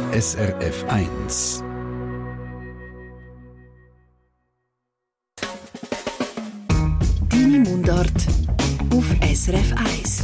SRF 1. Deine Mundart auf SRF 1.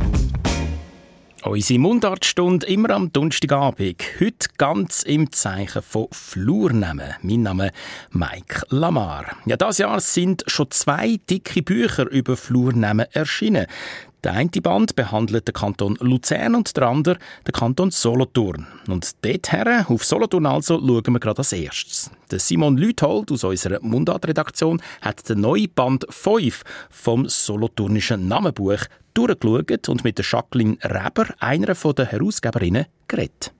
Unsere Mundartstunde immer am Donnerstagabend. Heute ganz im Zeichen von Flurnamen. Mein Name ist Mike Lamar. Ja, dieses Jahr sind schon 2 dicke Bücher über Flurnamen erschienen. Der eine Band behandelt den Kanton Luzern und der andere den Kanton Solothurn. Und dorthin, auf Solothurn also, schauen wir gerade als erstes. Der Simon Lüthold aus unserer Mundart-Redaktion hat den neuen Band 5 vom Solothurnischen Namenbuch durchgeschaut und mit der Jacqueline Reber, einer der Herausgeberinnen, geredet.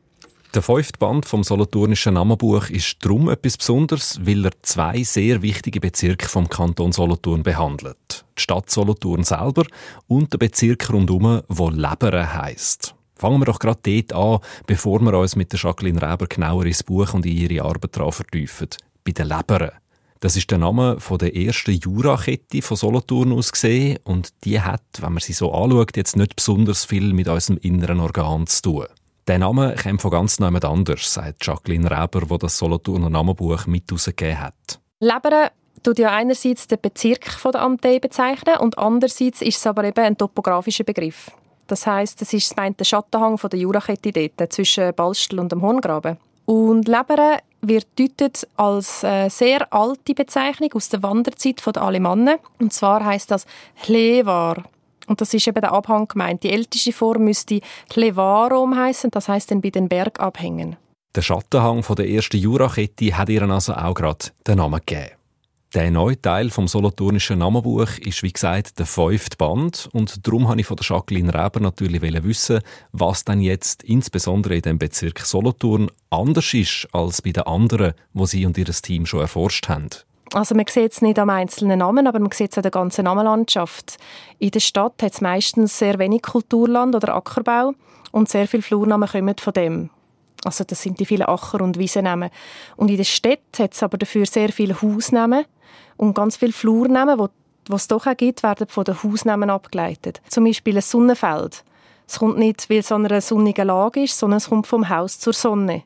Der 5. Band vom Solothurnischen Namenbuch ist darum etwas Besonderes, weil er 2 sehr wichtige Bezirke vom Kanton Solothurn behandelt. Die Stadt Solothurn selber und der Bezirk rundherum, der Leberen heisst. Fangen wir doch gerade dort an, bevor wir uns mit der Jacqueline Reber genauer ins Buch und in ihre Arbeit daran vertiefen. Bei den Leberen. Das ist der Name von der ersten Jurakette von Solothurn aus gesehen und die hat, wenn man sie so anschaut, jetzt nicht besonders viel mit unserem inneren Organ zu tun. Der Name kommt von ganz jemand anders, sagt Jacqueline Reber, die das Solothurner Namenbuch mit herausgegeben hat. Leberen tut ja einerseits den Bezirk von der Amtei bezeichnen und andererseits ist es aber eben ein topografischer Begriff. Das heisst, es ist der Schattenhang von der Jurakette dort, zwischen Balstel und dem Horngraben. Und Leberen wird deutet als sehr alte Bezeichnung aus der Wanderzeit der Alemannen. Und zwar heisst das Hlevar. Und das ist eben der Abhang gemeint. Die älteste Form müsste Hlevarom heissen, das heisst dann bei den Bergabhängen. Der Schattenhang von der ersten Jurakette hat ihr also auch gerade den Namen gegeben. Der neue Teil vom Solothurnischen Namenbuch ist, wie gesagt, der 5. Band. Und darum wollte ich von der Jacqueline Reber natürlich wissen, was dann jetzt insbesondere in dem Bezirk Solothurn anders ist als bei den anderen, die sie und ihr Team schon erforscht haben. Also man sieht es nicht am einzelnen Namen, aber man sieht es an der ganzen Namenlandschaft. In der Stadt hat es meistens sehr wenig Kulturland oder Ackerbau und sehr viele Flurnamen kommen von dem. Also das sind die vielen Acker- und Wiesennamen. Und in der Stadt hat es aber dafür sehr viele Hausnamen und ganz viele Flurnamen, die es doch auch gibt, werden von den Hausnamen abgeleitet. Zum Beispiel ein Sonnenfeld. Es kommt nicht, weil es an einer sonnigen Lage ist, sondern es kommt vom Haus zur Sonne.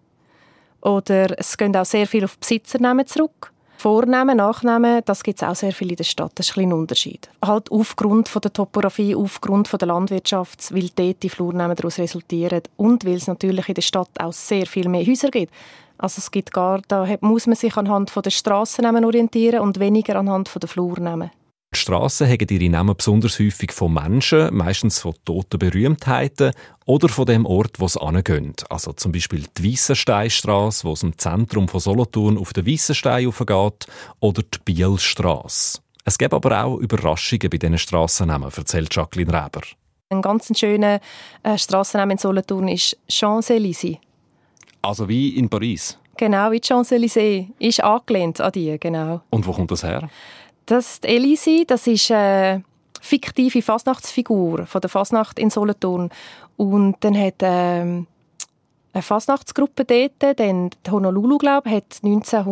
Oder es gehen auch sehr viel auf Besitzernamen zurück. Vornamen, Nachnamen, das gibt es auch sehr viel in der Stadt. Das ist ein kleiner Unterschied. Halt aufgrund von der Topografie, aufgrund von der Landwirtschaft, weil dort die Flurnamen daraus resultieren und weil es natürlich in der Stadt auch sehr viel mehr Häuser gibt. Also es gibt da muss man sich anhand der Strassennamen orientieren und weniger anhand der Flurnamen. Die Strassen haben ihre Namen besonders häufig von Menschen, meistens von toten Berühmtheiten oder von dem Ort, wo sie hingehen. Also zum Beispiel die Weissensteinstrasse, wo es im Zentrum von Solothurn auf den Weissenstein raufgeht, oder die Bielstrasse. Es gibt aber auch Überraschungen bei diesen Strassennamen, erzählt Jacqueline Reber. Ein ganz schöner Strassennamen in Solothurn ist Champs-Élysées. Also wie in Paris? Genau, wie die Champs-Élysées. Ist angelehnt an die, genau. Und wo kommt das her? Das Elisi, das ist eine fiktive Fasnachtsfigur von der Fasnacht in Solothurn. Und dann hat eine Fasnachtsgruppe dort, dann die Honolulu, glaube ich, hat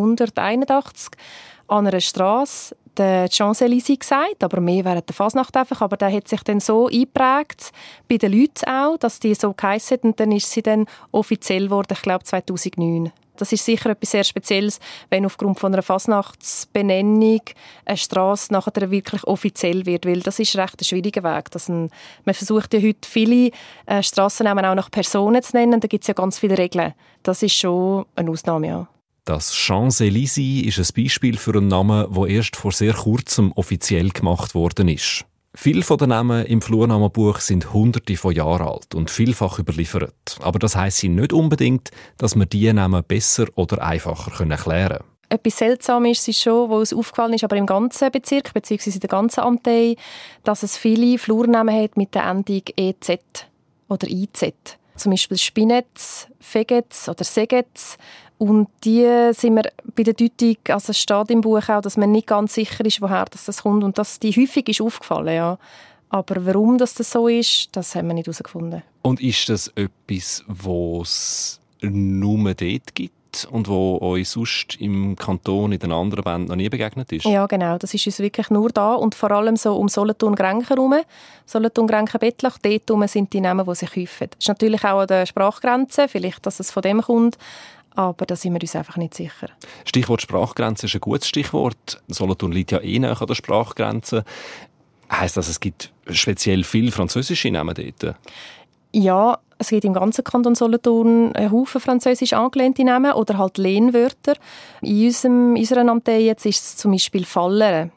1981 an einer Strasse den Champs-Élysées gesagt, aber mehr während der Fasnacht einfach. Aber der hat sich dann so eingeprägt, bei den Leuten auch, dass die so geheissen hat. Und dann ist sie dann offiziell geworden, ich glaube 2009. Das ist sicher etwas sehr Spezielles, wenn aufgrund von einer Fasnachtsbenennung eine Strasse nachher wirklich offiziell wird, weil das ist recht ein schwieriger Weg. Man versucht ja heute viele Strassennamen auch nach Personen zu nennen, da gibt es ja ganz viele Regeln. Das ist schon eine Ausnahme, ja. Das Champs-Élysées ist ein Beispiel für einen Namen, der erst vor sehr kurzem offiziell gemacht worden ist. Viele von den Namen im Flurnamenbuch sind Hunderte von Jahren alt und vielfach überliefert. Aber das heisst nicht unbedingt, dass wir diese Namen besser oder einfacher erklären können. Etwas seltsam ist es schon, wo uns aufgefallen ist, aber im ganzen Bezirk bzw. in der ganzen Amtei, dass es viele Flurnamen hat mit der Endung EZ oder IZ. Zum Beispiel Spinetz, Fegetz oder Segetz. Und die sind wir bei der Deutung, also es steht im Buch auch, dass man nicht ganz sicher ist, woher das kommt. Und die häufig ist aufgefallen, ja. Aber warum das so ist, das haben wir nicht herausgefunden. Und ist das etwas, was es nur dort gibt? gibt und wo euch sonst im Kanton in den anderen Bänden noch nie begegnet ist? Ja, genau. Das ist uns wirklich nur da und vor allem so um Solothurn-Grenchen herum. Solothurn-Grenchen-Bettlach, dort herum sind die Namen, die sich häufen. Das ist natürlich auch an der Sprachgrenze, vielleicht, dass es von dem kommt, aber da sind wir uns einfach nicht sicher. Stichwort Sprachgrenze ist ein gutes Stichwort. Solothurn liegt ja näher an der Sprachgrenze. Heisst das, es gibt speziell viele französische Namen dort? Ja, es gibt im ganzen Kanton Solothurn einen Haufen französisch angelehnte Namen oder halt Lehnwörter. In unserer Name jetzt ist es zum Beispiel Fallere.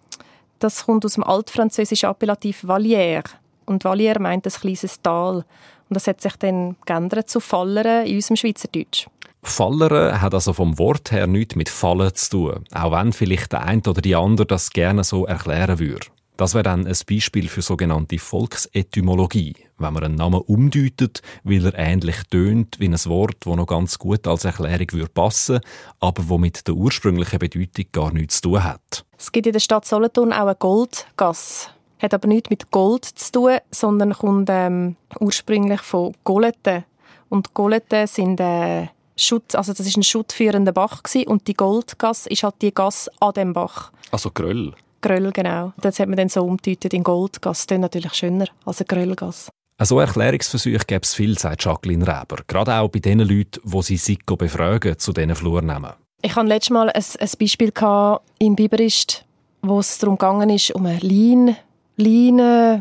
Das kommt aus dem altfranzösischen Appellativ Vallière. Und Vallière meint ein kleines Tal. Und das hat sich dann geändert zu Fallere in unserem Schweizerdeutsch. Fallere hat also vom Wort her nichts mit Fallen zu tun, auch wenn vielleicht der eine oder die andere das gerne so erklären würde. Das wäre dann ein Beispiel für sogenannte Volksetymologie, wenn man einen Namen umdeutet, weil er ähnlich tönt wie ein Wort, das noch ganz gut als Erklärung passen würde, aber das mit der ursprünglichen Bedeutung gar nichts zu tun hat. Es gibt in der Stadt Solothurn auch eine Goldgasse. Hat aber nichts mit Gold zu tun, sondern kommt ursprünglich von Goleten. Und Goleten sind Schutt, also das ist ein schuttführender Bach gewesen, und die Goldgasse ist halt die Gasse an dem Bach. Also Gröll. Gröll, genau. Das hat man dann so umgedeutet in Goldgasse. Das ist natürlich schöner als eine Gröllgasse. So Erklärungsversuche gäbe es viel, sagt Jacqueline Reber. Gerade auch bei den Leuten, die sie SICO befragen zu diesen Flurnamen. Ich hatte letztes Mal ein Beispiel in Biberist, wo es darum gegangen ist, um ein Leinenfeld,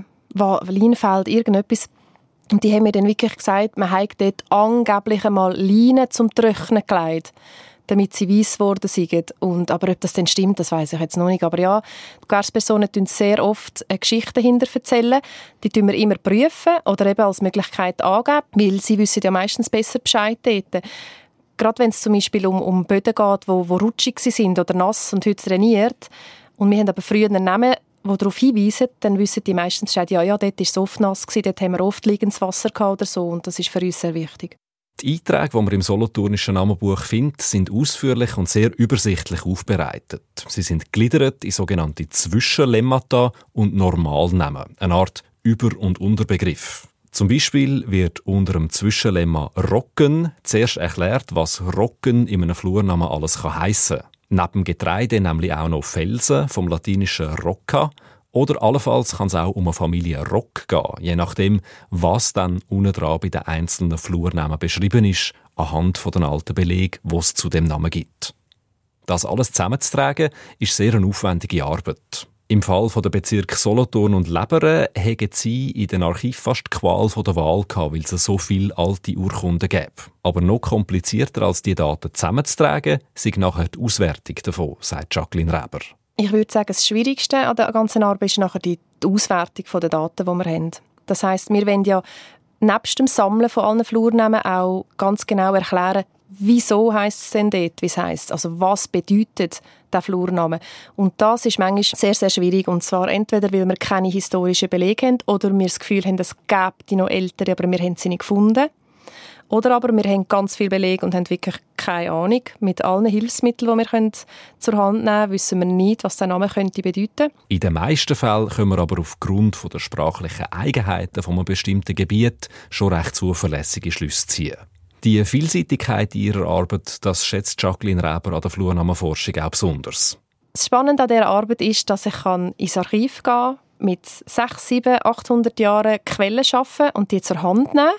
irgendetwas. Und die haben mir dann wirklich gesagt, man hat dort angeblich einmal Leinen zum Trocknen gelegt, damit sie weiss geworden sind. Aber ob das denn stimmt, das weiss ich jetzt noch nicht. Aber ja, die Gewährspersonen erzählen sehr oft eine Geschichte dahinter. Die prüfen wir immer prüfen oder eben als Möglichkeit angeben, weil sie wissen ja meistens besser Bescheid dort. Gerade wenn es zum Beispiel um Böden geht, wo rutschig sind oder nass und heute trainiert. Und wir haben aber früher einen Namen, die darauf hinweisen, dann wissen die meistens, ja, dort war es oft nass, dort haben wir oft liegendes Wasser oder so. Und das ist für uns sehr wichtig. Die Einträge, die man im Solothurnischen Namenbuch findet, sind ausführlich und sehr übersichtlich aufbereitet. Sie sind gegliedert in sogenannte Zwischenlemmata und Normalnamen, eine Art Über- und Unterbegriff. Zum Beispiel wird unter dem Zwischenlemma Rocken zuerst erklärt, was Rocken in einem Flurnamen alles heissen kann. Neben Getreide nämlich auch noch Felsen, vom latinischen Rocca. Oder allenfalls kann es auch um eine Familie Rock gehen, je nachdem, was dann unten dran bei den einzelnen Flurnamen beschrieben ist, anhand der alten Belege, die es zu dem Namen gibt. Das alles zusammenzutragen, ist sehr eine aufwendige Arbeit. Im Fall der Bezirke Solothurn und Leberen haben sie in den Archiven fast die Qual der Wahl gehabt, weil es so viele alte Urkunden gibt. Aber noch komplizierter als die Daten zusammenzutragen, sei nachher die Auswertung davon, sagt Jacqueline Reber. Ich würde sagen, das Schwierigste an der ganzen Arbeit ist nachher die Auswertung der Daten, die wir haben. Das heisst, wir wollen ja nebst dem Sammeln von allen Flurnamen auch ganz genau erklären, wieso heisst es denn dort, wie es heisst. Also was bedeutet der Flurname? Und das ist manchmal sehr, sehr schwierig. Und zwar entweder, weil wir keine historischen Belege haben oder wir das Gefühl haben, es gäbe die noch ältere, aber wir haben sie nicht gefunden. Oder aber wir haben ganz viele Belege und haben wirklich keine Ahnung. Mit allen Hilfsmitteln, die wir zur Hand nehmen können, wissen wir nicht, was der Name könnte bedeuten. In den meisten Fällen können wir aber aufgrund der sprachlichen Eigenheiten von einem bestimmten Gebiet schon recht zuverlässige Schlüsse ziehen. Die Vielseitigkeit ihrer Arbeit, das schätzt Jacqueline Reber an der Flurnamenforschung auch besonders. Das Spannende an dieser Arbeit ist, dass ich ins Archiv gehen kann, mit 600, 700, 800 Jahren Quellen arbeiten und die zur Hand nehmen.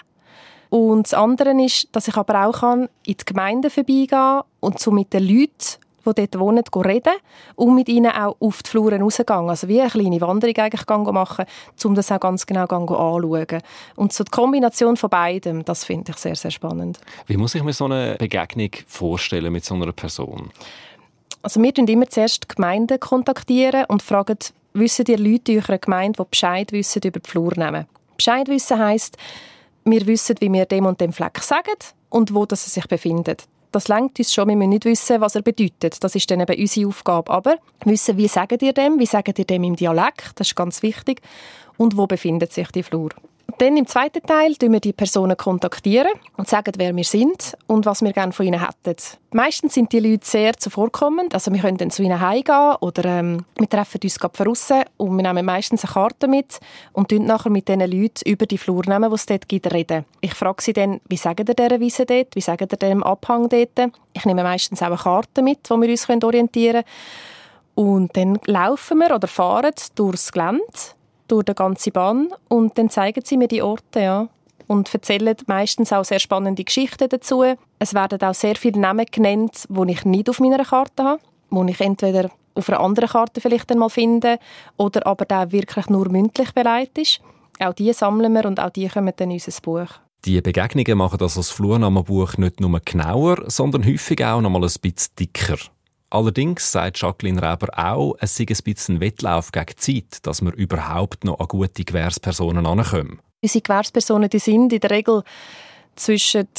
Und das andere ist, dass ich aber auch in die Gemeinden vorbeigehen und so mit den Leuten, die dort wohnen, reden und mit ihnen auch auf die Fluren rausgehen. Also wie eine kleine Wanderung eigentlich machen, um das auch ganz genau anzuschauen. Und so die Kombination von beidem, das finde ich sehr, sehr spannend. Wie muss ich mir so eine Begegnung vorstellen mit so einer Person? Also wir kontaktieren immer zuerst die Gemeinden kontaktieren und fragen, wissen die Leute in eurer Gemeinde, die Bescheid wissen über die Flurnamen? Bescheid wissen heisst, wir wissen, wie wir dem und dem Fleck sagen und wo das sich befindet. Das lenkt uns schon, wir müssen nicht wissen, was er bedeutet. Das ist dann eben unsere Aufgabe. Aber wissen, wie sagt ihr dem im Dialekt, das ist ganz wichtig. Und wo befindet sich die Flur? Dann im zweiten Teil kontaktieren wir die Personen und sagen, wer wir sind und was wir gerne von ihnen hätten. Meistens sind die Leute sehr zuvorkommend. Also wir können dann zu ihnen heimgehen oder wir treffen uns gerade draussen und wir nehmen meistens eine Karte mit und reden nachher mit diesen Leuten über die Flurnamen, die es dort gibt, reden. Ich frage sie dann, wie sagen ihr dieser Wiese dort, wie sagen ihr dem Abhang dort. Ich nehme meistens auch eine Karte mit, wo wir uns orientieren können. Und dann laufen wir oder fahren durchs Gelände, durch die ganze Bahn und dann zeigen sie mir die Orte, ja. Und erzählen meistens auch sehr spannende Geschichten dazu. Es werden auch sehr viele Namen genannt, die ich nicht auf meiner Karte habe, die ich entweder auf einer anderen Karte vielleicht einmal finde oder aber der wirklich nur mündlich beleidigt ist. Auch die sammeln wir und auch die kommen dann in unser Buch. Die Begegnungen machen das Flurnamenbuch nicht nur genauer, sondern häufig auch noch mal ein bisschen dicker. Allerdings sagt Jacqueline Reber auch, es sei ein bisschen ein Wettlauf gegen die Zeit, dass wir überhaupt noch an gute Gewährspersonen herankommen. Unsere Gewährspersonen die sind in der Regel zwischen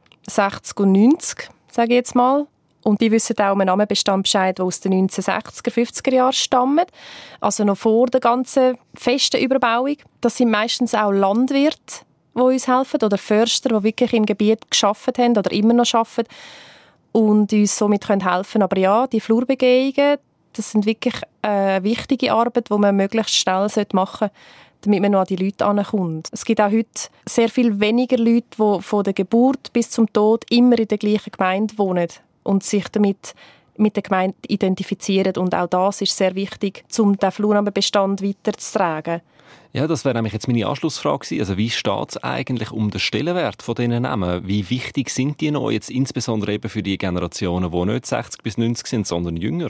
60 und 90, sage ich jetzt mal. Und die wissen auch einen Namenbestand Bescheid, der aus den 1960er, 50er Jahren stammt. Also noch vor der ganzen festen Überbauung. Das sind meistens auch Landwirte, die uns helfen, oder Förster, die wirklich im Gebiet gearbeitet haben oder immer noch arbeiten und uns somit helfen können. Aber ja, die Flurbegehungen, das sind wirklich eine wichtige Arbeit, die man möglichst schnell machen sollte, damit man noch an die Leute herankommt. Es gibt auch heute sehr viel weniger Leute, die von der Geburt bis zum Tod immer in der gleichen Gemeinde wohnen und sich damit mit der Gemeinde identifizieren. Und auch das ist sehr wichtig, um den Flurnamenbestand weiterzutragen. Ja, das wäre nämlich jetzt meine Anschlussfrage gewesen. Also wie steht es eigentlich um den Stellenwert von diesen Namen? Wie wichtig sind die noch jetzt insbesondere eben für die Generationen, die nicht 60 bis 90 sind, sondern jünger?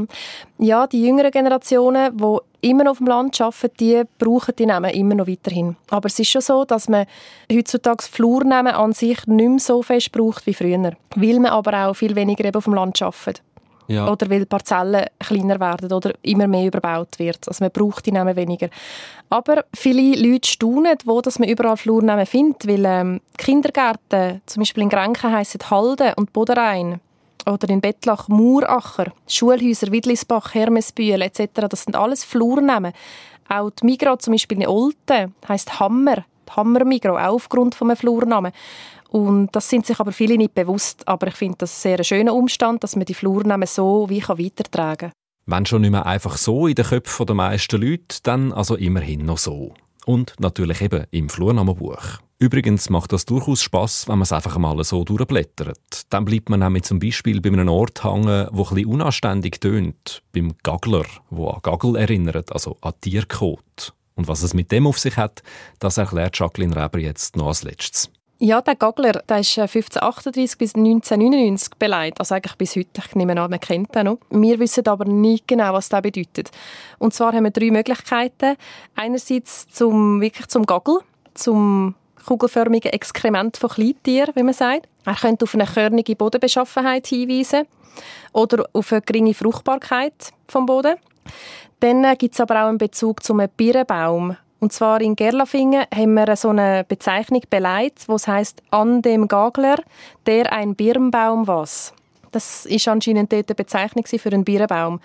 Ja, die jüngeren Generationen, die immer noch auf dem Land arbeiten, die brauchen die Namen immer noch weiterhin. Aber es ist schon so, dass man heutzutage Flurnamen an sich nicht mehr so fest braucht wie früher. Weil man aber auch viel weniger eben auf dem Land arbeitet. Ja. Oder weil die Parzellen kleiner werden oder immer mehr überbaut wird. Also man braucht die Namen weniger. Aber viele Leute staunen, wo dass man überall Flurnamen findet, weil Kindergärten, zum Beispiel in Grenken, heissen Halden und Boderein. Oder in Bettlach Muracher, Schulhäuser, Widlisbach, Hermesbühl etc. Das sind alles Flurnamen. Auch die Migros, zum Beispiel in Olten, heisst Hammer. Hammer Migros, auch aufgrund von einem Flurnamen. Und das sind sich aber viele nicht bewusst. Aber ich finde das sehr ein schöner Umstand, dass man die Flurnamen so wie weitertragen kann. Wenn schon nicht mehr einfach so in den Köpfen der meisten Leute, dann also immerhin noch so. Und natürlich eben im Flurnamenbuch. Übrigens macht das durchaus Spass, wenn man es einfach mal so durchblättert. Dann bleibt man nämlich zum Beispiel bei einem Ort hängen, der ein bisschen unanständig tönt. Beim Gagler, der an Gagel erinnert, also an Tierkot. Und was es mit dem auf sich hat, das erklärt Jacqueline Reber jetzt noch als Letztes. Ja, der Gagler, der ist 1538 bis 1999 beleidigt. Also eigentlich bis heute. Ich nehme an, man kennt den noch. Wir wissen aber nicht genau, was das bedeutet. Und zwar haben wir 3 Möglichkeiten. Einerseits zum Gagel, zum kugelförmigen Exkrement von Kleintieren, wie man sagt. Er könnte auf eine körnige Bodenbeschaffenheit hinweisen oder auf eine geringe Fruchtbarkeit vom Boden. Dann gibt es aber auch einen Bezug zum Birnbaum. Und zwar in Gerlafingen haben wir so eine Bezeichnung beleidigt, wo es heisst, an dem Gagler, der ein Birnbaum was. Das ist anscheinend dort eine Bezeichnung für einen Birnbaum.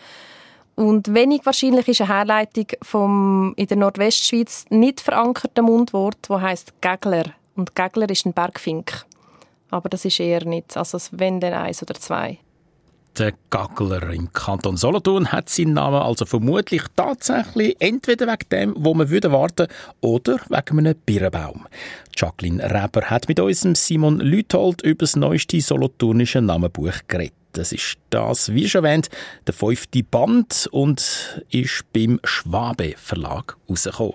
Und wenig wahrscheinlich ist eine Herleitung vom in der Nordwestschweiz nicht verankerten Mundwort, das heisst Gägler. Und Gägler ist ein Bergfink. Aber das ist eher nicht, also wenn dann 1 oder 2. Der Gagler im Kanton Solothurn hat seinen Namen also vermutlich tatsächlich entweder wegen dem, wo man warten würde, oder wegen einem Birnbaum. Jacqueline Reber hat mit uns Simon Lüthold über das neueste solothurnische Namenbuch geredet. Das ist das, wie schon erwähnt, der 5. Band und ist beim Schwabe Verlag rausgekommen.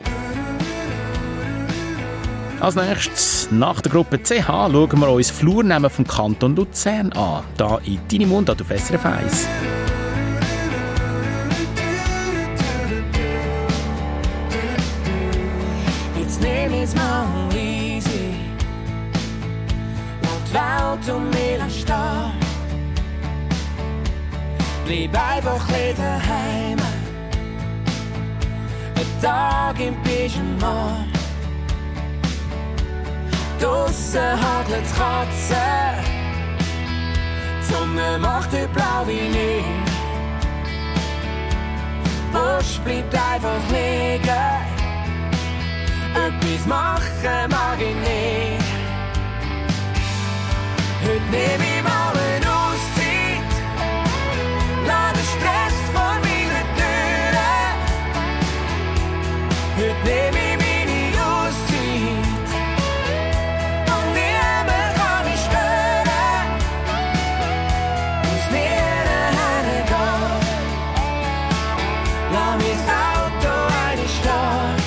Als nächstes, nach der Gruppe CH, schauen wir uns Flurnamen vom Kanton Luzern an. Hier in «Deine Mundart» auf SRF 1. Jetzt nehm ich's mal easy, laut um mich stehen. Bleib einfach daheim, ein Tag im Pyjama. Draussen hagelt's Katzen, die Sonne macht heute blau wie nie. Busch bleibt einfach liegen, etwas machen mag ich nicht. Heute nehme ich mal eine Auszeit, lass den Stress vor meiner Türe. Heute nehme ich meine Auszeit und niemand kann mich stören. Muss nirgendwo gehen, lass mein Auto eine stehen.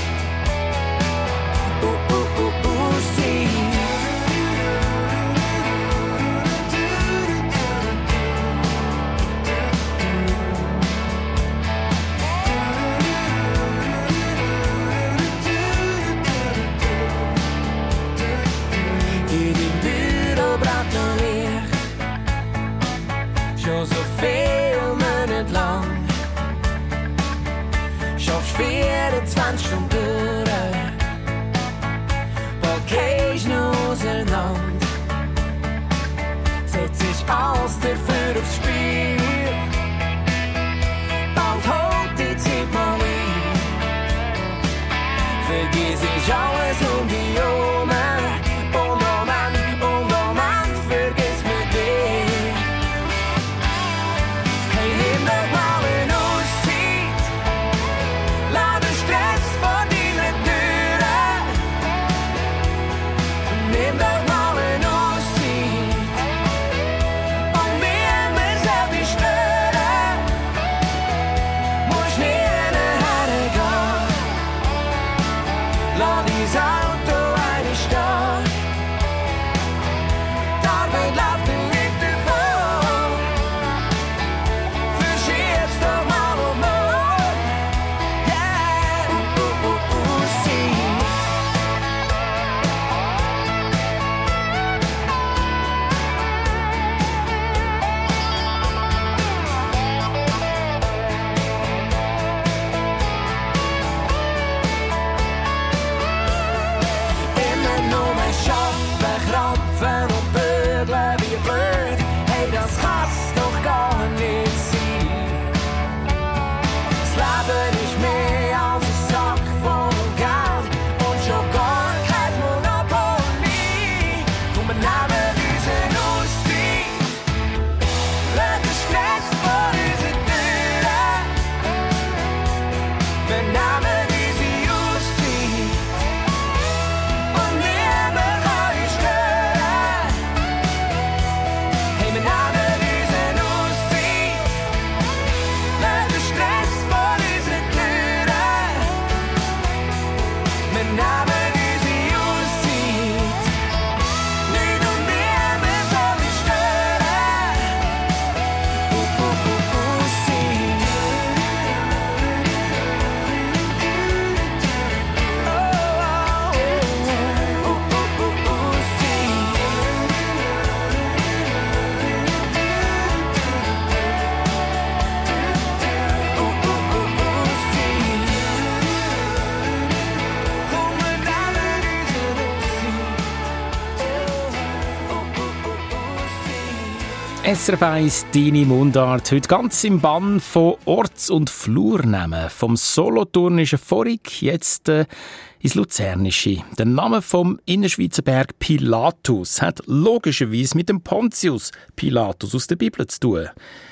Auszeit. Schon so viel Monate lang schaffst 24 Stunden durch, bald gehst du auseinander. Setz ich alles dafür aufs Spiel, bald holt die Zeit mal ein. Vergiss ich alles um dich herum. SRF 1, deine Mundart. Heute ganz im Bann von Orts- und Flurnamen. Vom Solothurnischen Vorig, jetzt ins Luzernische. Der Name vom Innerschweizer Berg Pilatus hat logischerweise mit dem Pontius Pilatus aus der Bibel zu tun.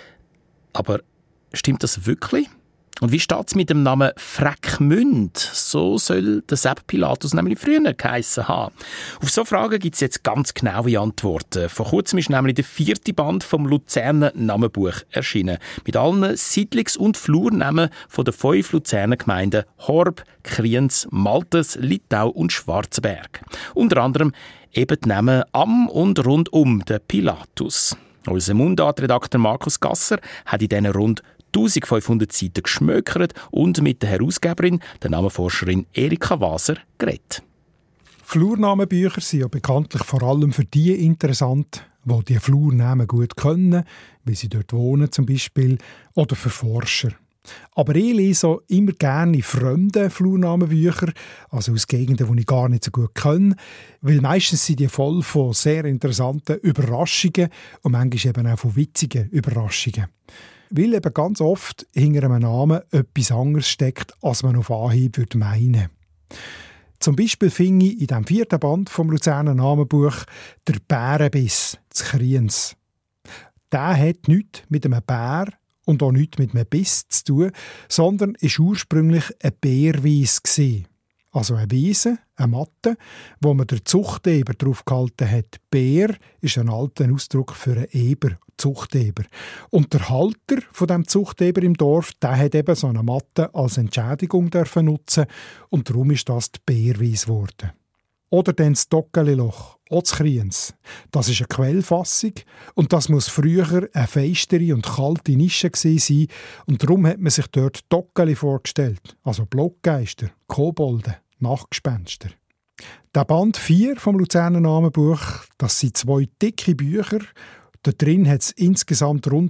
Aber stimmt das wirklich? Und wie steht es mit dem Namen Freckmünd? So soll der Sepp Pilatus nämlich früher geheissen haben. Auf so Fragen gibt es jetzt ganz genaue Antworten. Vor kurzem ist nämlich der 4. Band vom Luzerner Namenbuch erschienen. Mit allen Siedlungs- und Flurnamen von den 5 Luzerner Gemeinden Horb, Kriens, Maltes, Littau und Schwarzenberg. Unter anderem eben die Namen am und rund um den Pilatus. Unser Mundartredakteur Markus Gasser hat in diesen rund 1500 Seiten geschmökert und mit der Herausgeberin, der Namenforscherin Erika Waser, geredet. Flurnamenbücher sind ja bekanntlich vor allem für die interessant, die die Flurnamen gut können, wie sie dort wohnen zum Beispiel, oder für Forscher. Aber ich lese auch immer gerne fremde Flurnamenbücher, also aus Gegenden, die ich gar nicht so gut kenne, weil meistens sind die voll von sehr interessanten Überraschungen und manchmal eben auch von witzigen Überraschungen. Weil eben ganz oft hinter einem Namen etwas anderes steckt, als man auf Anhieb meinen würde. Zum Beispiel finde ich in dem 4. Band vom Luzerner Namenbuch «Der Bärenbiss» zu Kriens. Der hat nichts mit einem Bär und auch nichts mit einem Biss zu tun, sondern war ursprünglich ein Bärwies. Also eine Wiese, eine Matte, wo man den Zuchteber drauf gehalten hat. Bär ist ein alter Ausdruck für einen Eber, Zuchteber. Und der Halter von dem Zuchteber im Dorf, der hat eben so eine Matte als Entschädigung nutzen und darum ist das die Bärwiese geworden. Oder dann das Tockeliloch, auch zu Kriens. Das ist eine Quellfassung und das muss früher eine feistere und kalte Nische gewesen sein und darum hat man sich dort Tockeli vorgestellt, also Blockgeister, Kobolde, Nachtgespenster. Der Band 4 vom Luzerner Namenbuch, das sind 2 dicke Bücher. Da drin hat es insgesamt rund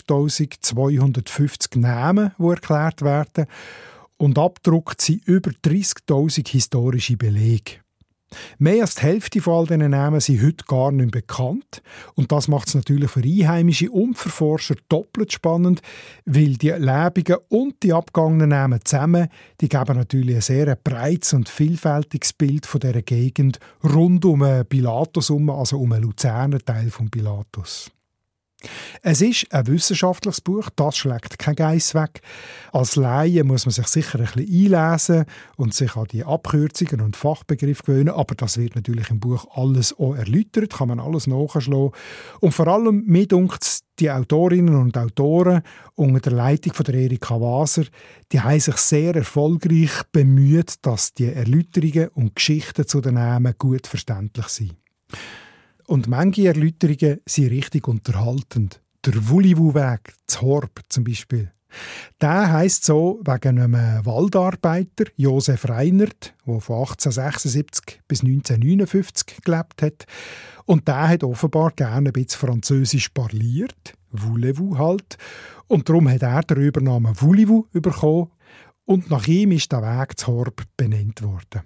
5250 Namen, die erklärt werden und abgedruckt sind über 30'000 historische Belege. Mehr als die Hälfte von all diesen Namen sind heute gar nicht bekannt. Und das macht es natürlich für Einheimische und für Forscher doppelt spannend, weil die lebenden und die abgegangenen Namen zusammen, die geben natürlich ein sehr breites und vielfältiges Bild von dieser Gegend rund um Pilatus herum, also um den Luzerner Teil von Pilatus. Es ist ein wissenschaftliches Buch, das schlägt kein Geiss weg. Als Laie muss man sich sicher ein bisschen einlesen und sich an die Abkürzungen und Fachbegriffe gewöhnen, aber das wird natürlich im Buch alles auch erläutert, kann man alles nachschlagen. Und vor allem, mir dunkt es, die Autorinnen und Autoren unter der Leitung von der Erika Waser, die haben sich sehr erfolgreich bemüht, dass die Erläuterungen und Geschichten zu den Namen gut verständlich sind. Und manche Erläuterungen sind richtig unterhaltend. Der Wuliwu-Weg, zu Horb zum Beispiel. Der heisst so wegen einem Waldarbeiter, Josef Reinert, der von 1876 bis 1959 gelebt hat. Und der hat offenbar gerne ein bisschen Französisch parliert, Voulez-vous halt. Und darum hat er den Übernamen Wuliwu bekommen. Und nach ihm ist der Weg zu Horb benannt worden.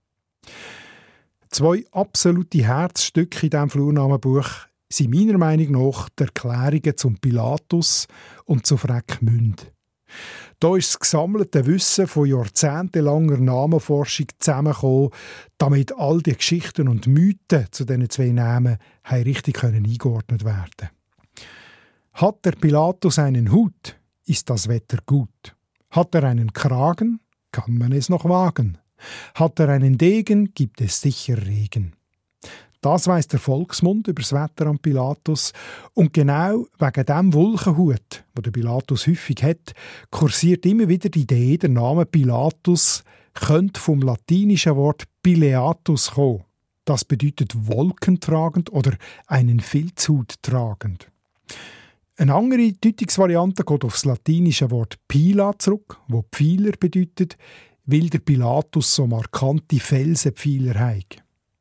2 absolute Herzstücke in diesem Flurnamenbuch sind meiner Meinung nach die Erklärungen zum Pilatus und zu Freckmünd. Da ist das gesammelte Wissen von jahrzehntelanger Namenforschung zusammengekommen, damit all die Geschichten und Mythen zu diesen 2 Namen richtig eingeordnet werden können. Hat der Pilatus einen Hut, ist das Wetter gut. Hat er einen Kragen, kann man es noch wagen. Hat er einen Degen, gibt es sicher Regen. Das weiss der Volksmund über das Wetter am Pilatus. Und genau wegen diesem Wolkenhut, den der Pilatus häufig hat, kursiert immer wieder die Idee, der Name Pilatus könnte vom latinischen Wort Pileatus kommen. Das bedeutet wolkentragend oder einen Filzhut tragend. Eine andere Deutungsvariante geht auf das latinische Wort Pila zurück, wo Pfeiler bedeutet, weil der Pilatus so markante Felsenpfeiler hat.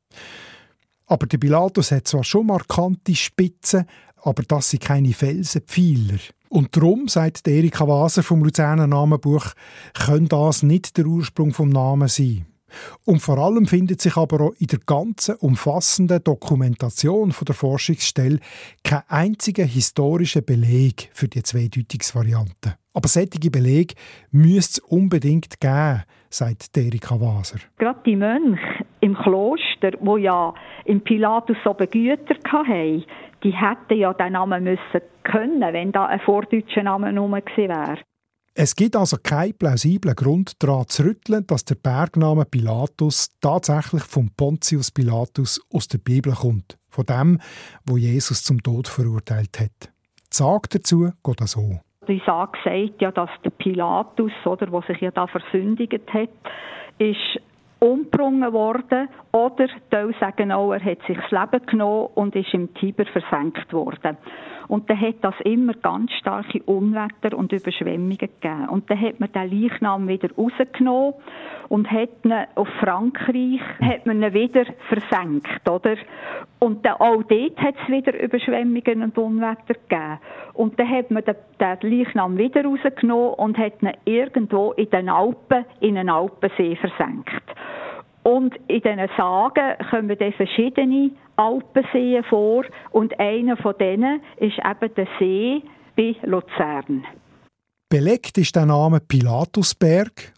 Aber der Pilatus hat zwar schon markante Spitzen, aber das sind keine Felsenpfeiler. Und darum, sagt Erika Waser vom Luzerner Namenbuch, kann das nicht der Ursprung vom Namen sein. Und vor allem findet sich aber auch in der ganzen umfassenden Dokumentation von der Forschungsstelle kein einziger historischer Beleg für die 2 Deutungsvarianten. Aber solche Belege müsste es unbedingt geben, sagt Erika Waser. Gerade die Mönche im Kloster, die ja im Pilatus so begütert hatten, die hätten ja den Namen müssen können, wenn da ein vordeutscher Name rum gewesen wäre. Es gibt also keinen plausiblen Grund daran zu rütteln, dass der Bergname Pilatus tatsächlich von Pontius Pilatus aus der Bibel kommt, von dem, wo Jesus zum Tod verurteilt hat. Die Sage dazu geht so. Die Sage sagt ja, dass der Pilatus, oder, der sich ja da versündigt hat, ist umgebracht worden, oder die sagen auch, er hat sich das Leben genommen und ist im Tiber versenkt worden. Und dann hat das immer ganz starke Unwetter und Überschwemmungen gegeben. Und dann hat man den Leichnam wieder rausgenommen und hat ihn auf Frankreich wieder versenkt, oder? Und dann auch dort hat es wieder Überschwemmungen und Unwetter gegeben. Und dann hat man den Leichnam wieder rausgenommen und hat ihn irgendwo in den Alpen, in einen Alpensee versenkt. Und in diesen Sagen kommen dann verschiedene Alpenseen vor und einer von denen ist eben der See bei Luzern. Belegt ist der Name Pilatusberg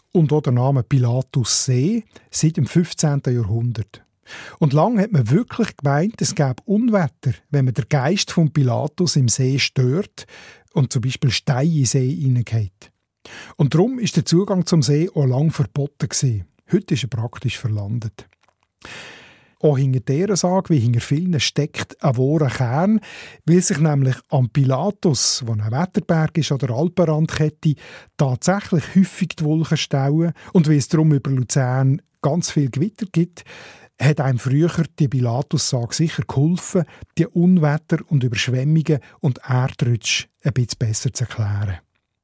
und auch der Name Pilatussee seit dem 15. Jahrhundert. Und lange hat man wirklich gemeint, es gäbe Unwetter, wenn man den Geist von Pilatus im See stört und zum Beispiel Steine in den See hineingeht. Und darum ist der Zugang zum See auch lange verboten gewesen. Heute ist er praktisch verlandet. Auch hinter dieser Sage, wie hinter vielen, steckt ein wahrer Kern, weil sich nämlich am Pilatus, wo ein Wetterberg ist, an der Alpenrandkette, tatsächlich häufig die Wolken stellen und weil es darum über Luzern ganz viel Gewitter gibt, hat einem früher die Pilatus-Sage sicher geholfen, die Unwetter und Überschwemmungen und Erdrutsche ein bisschen besser zu erklären.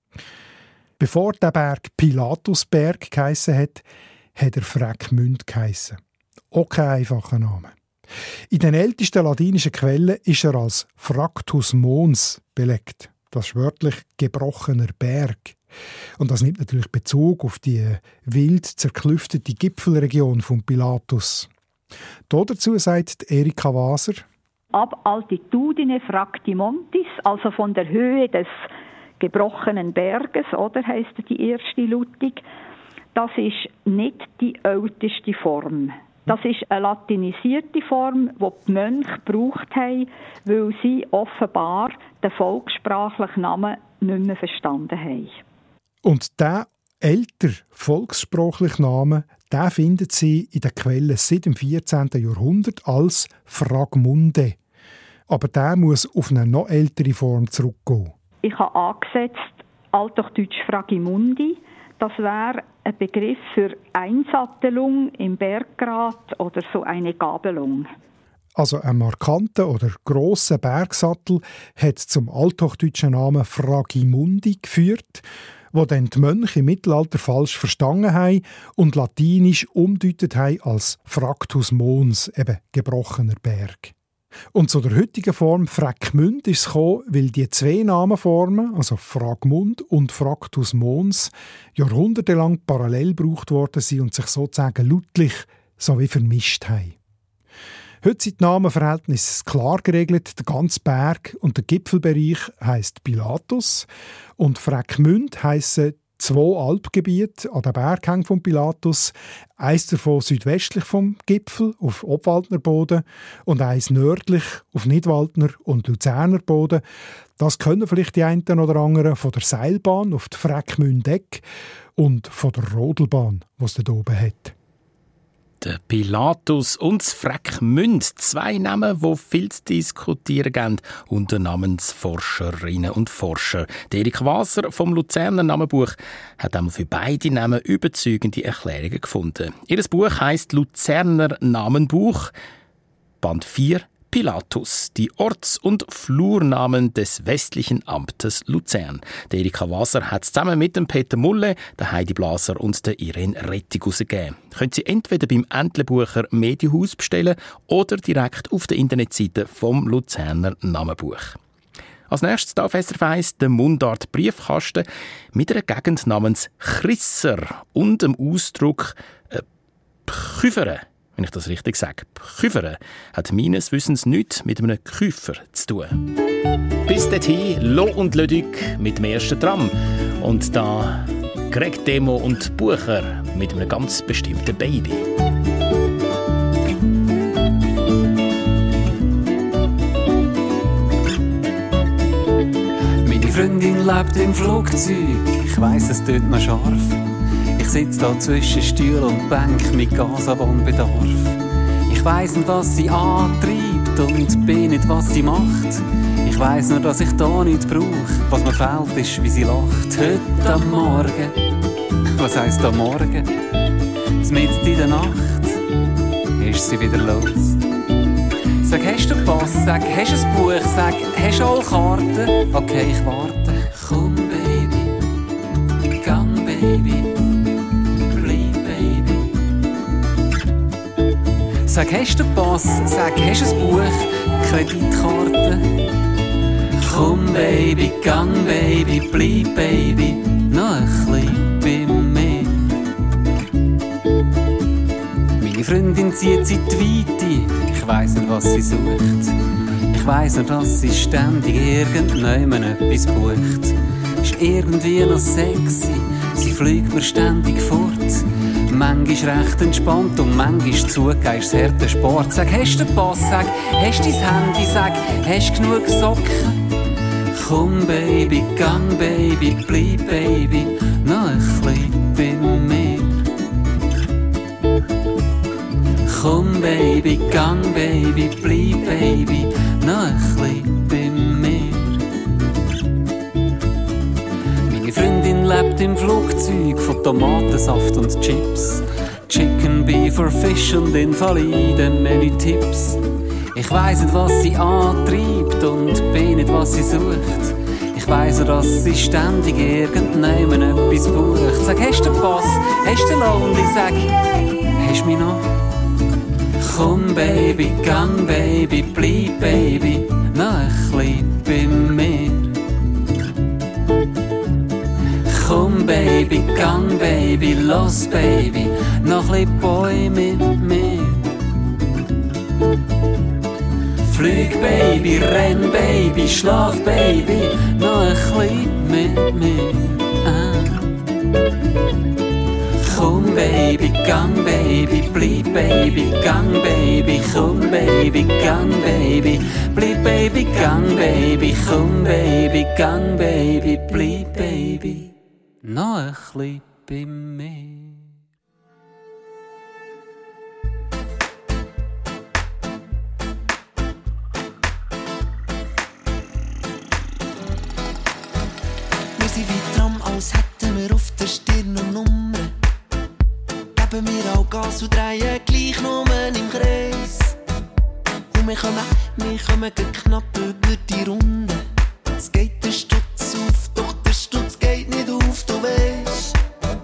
Bevor der Berg Pilatusberg geheissen hat er Frackmünd geheissen. Auch kein einfacher Name. In den ältesten ladinischen Quellen ist er als Fractus Mons belegt. Das ist wörtlich gebrochener Berg. Und das nimmt natürlich Bezug auf die wild zerklüftete Gipfelregion von Pilatus. Dazu sagt Erika Waser: Ab altitudine fractimontis, also von der Höhe des gebrochenen Berges, oder heisst die erste Lutung, das ist nicht die älteste Form. Das ist eine latinisierte Form, die die Mönche gebraucht haben, weil sie offenbar den volkssprachlichen Namen nicht mehr verstanden haben. Und dieser ältere volkssprachliche Name, den finden Sie in den Quellen seit dem 14. Jahrhundert als Fragmunde. Aber der muss auf eine noch ältere Form zurückgehen. Ich habe angesetzt Althochdeutsch Fragimundi. Das wäre ein Begriff für Einsattelung im Berggrat oder so eine Gabelung. Also ein markanter oder grosser Bergsattel hat zum althochdeutschen Namen Fragimundi geführt, wo dann die Mönche im Mittelalter falsch verstanden haben und latinisch umdeutet haben als Fractus Mons, eben gebrochener Berg. Und zu der heutigen Form Frackmünd ist es gekommen, weil die zwei Namenformen, also Fragmund und Fractus Mons, jahrhundertelang parallel gebraucht worden sind und sich sozusagen lautlich so wie vermischt haben. Heute sind die Namenverhältnisse klar geregelt. Der ganze Berg und der Gipfelbereich heisst Pilatus und Frackmünd heissen zwei Alpgebiete an den Berghängen von Pilatus. Eins davon südwestlich vom Gipfel auf Obwaldner Boden und eins nördlich auf Nidwaldner und Luzerner Boden. Das können vielleicht die einen oder anderen von der Seilbahn auf die Frackmündeck und von der Rodelbahn, die es da oben hat. Der Pilatus und das Frackmünd, zwei Namen, die viel zu diskutieren geben unter Namensforscherinnen und Forscher. Erika Waser vom Luzerner Namenbuch hat einmal für beide Namen überzeugende Erklärungen gefunden. Ihr Buch heisst Luzerner Namenbuch, Band 4, Pilatus, die Orts- und Flurnamen des westlichen Amtes Luzern. Erika Waser hat es zusammen mit dem Peter Mulle, der Heidi Blaser und der Irene Rettig herausgegeben. Können Sie entweder beim Entlebucher Medienhaus bestellen oder direkt auf der Internetseite vom Luzerner Namenbuch. Als nächstes auf SRF 1 der Mundart-Briefkasten mit einer Gegend namens Chrysser und dem Ausdruck «Pchüfere». Wenn ich das richtig sage. Pchüfere hat meines Wissens nichts mit einem Küfer zu tun. Bis dorthin Lo und Lödig mit dem ersten Tram. Und da Greg Demo und Bucher mit einem ganz bestimmten Baby. Meine Freundin lebt im Flugzeug, ich weiss, es tut noch scharf. Ich sitze da zwischen Stuhl und Bank mit Gasavonbedarf. Ich weiss nicht, was sie antreibt und bin nicht, was sie macht. Ich weiss nur, dass ich da nichts brauche. Was mir fehlt, ist, wie sie lacht. Heute am Morgen. Was heisst am Morgen? Mitten in der Nacht ist sie wieder los. Sag, hast du Pass? Sag, hast du ein Buch? Sag, hast du alle Karten? Okay, ich warte. Komm, Baby. Gang, Baby. Sag, hast du Pass? Sag, hast du ein Buch? Kreditkarte? Komm, Baby, gang, Baby, bleib, Baby, noch ein bisschen bei mir. Meine Freundin zieht sie die Weite, ich weiss nicht, was sie sucht. Ich weiss nur, dass sie ständig irgendjemand etwas bucht. Ist irgendwie noch sexy, sie fliegt mir ständig fort. Manchmal recht entspannt und manchmal zugegeben ist harter Sport. Sag, hast du den Pass? Sag, hast du dein Handy? Sag, hast du genug Socken? Komm Baby, gang Baby, bleib Baby, noch ein bisschen bei mir. Komm Baby, gang Baby, bleib Baby, noch ein bisschen bei mir. Meine Freundin lebt im Flugzeug von Tomatensaft und Chips, Chicken, Beef or Fish und Invaliden-Menü-Tipps. Ich weiss nicht, was sie antreibt und bin nicht, was sie sucht. Ich weiss nur, dass sie ständig irgendjemand etwas bucht. Sag, hast du den Pass? Hast du den Lohn? Ich sag, hast du mich noch? Komm Baby, gang Baby, bleib Baby, noch ein bisschen bei mir. Komm Baby, gang Baby, los Baby, noch ein bisschen Boy mit mir. Flüg Baby, renn Baby, schlaf Baby, noch ein bisschen mit mir. Komm Baby, gang Baby, bleib Baby, gang Baby, komm Baby, gang Baby, bleib Baby, gang Baby, komm Baby, gang Baby, bleib Baby, noch ein bisschen bei mir. Wir sind weit dran, als hätten wir auf der Stirn und Nummer. Geben wir auch Gas und drehen gleich nur im Kreis. Und wir kommen knapp über die Runde. Es geht der Stutz auf, doch der Stutz geht nicht auf. Du weisst,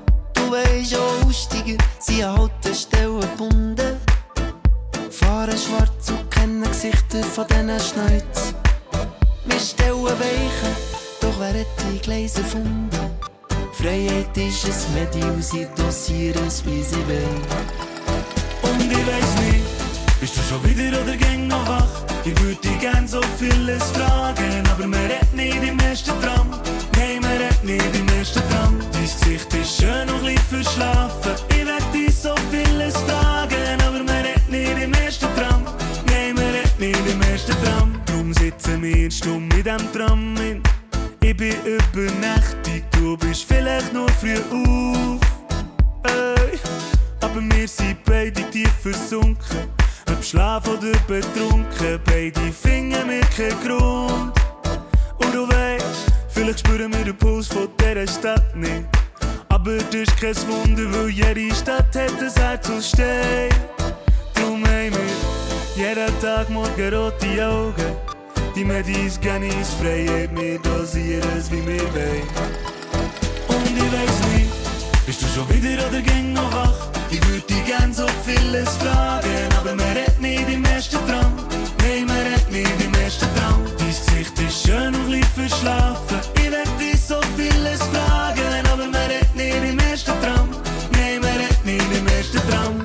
auch Aussteiger sind an Haltestellen gebunden. Fahren schwarz und kennen Gesichter von diesen Schnäuzen. Wir stellen Weichen, doch wer hat die Gleise gefunden? Freiheit ist ein Medium, sie dosieren es, wie sie wollen. Und ich weiss nicht, bist du schon wieder oder gäng noch wach? Ich würde dich gern so vieles fragen, aber man redet nicht im ersten Tram. Nein, man redet nicht im ersten Tram. Dein Gesicht ist schön und lieb verschlafen. Ich werd dich so vieles fragen, aber man redet nicht im ersten Tram. Nein, man redet nicht im ersten Tram. Drum sitzen wir stumm in dem Tram hin. Ich bin übernächtig, du bist vielleicht nur früh auf. Ey, aber wir sind beide tief versunken. Ob Schlaf oder betrunken, beide finden mir keinen Grund. Und du weißt, vielleicht spüren wir den Puls von dieser Stadt nicht. Aber das ist kein Wunder, weil jede Stadt hat ein Herz und steht. Drum haben wir jeden Tag morgen rote Augen. Die Medis gehen ins Freiheit, wir dosieren es, wie wir wollen. Und ich weiss nicht, bist du schon wieder oder gäng noch wach? Ich würde dich gern so vieles fragen, aber man redet nicht im ersten Tram. Nein, man redet nicht im ersten Tram. Dein Gesicht ist schön und lieb verschlafen. Ich werd dich so vieles fragen, aber man redet nicht im ersten Tram. Nein, man redet nicht im ersten Tram.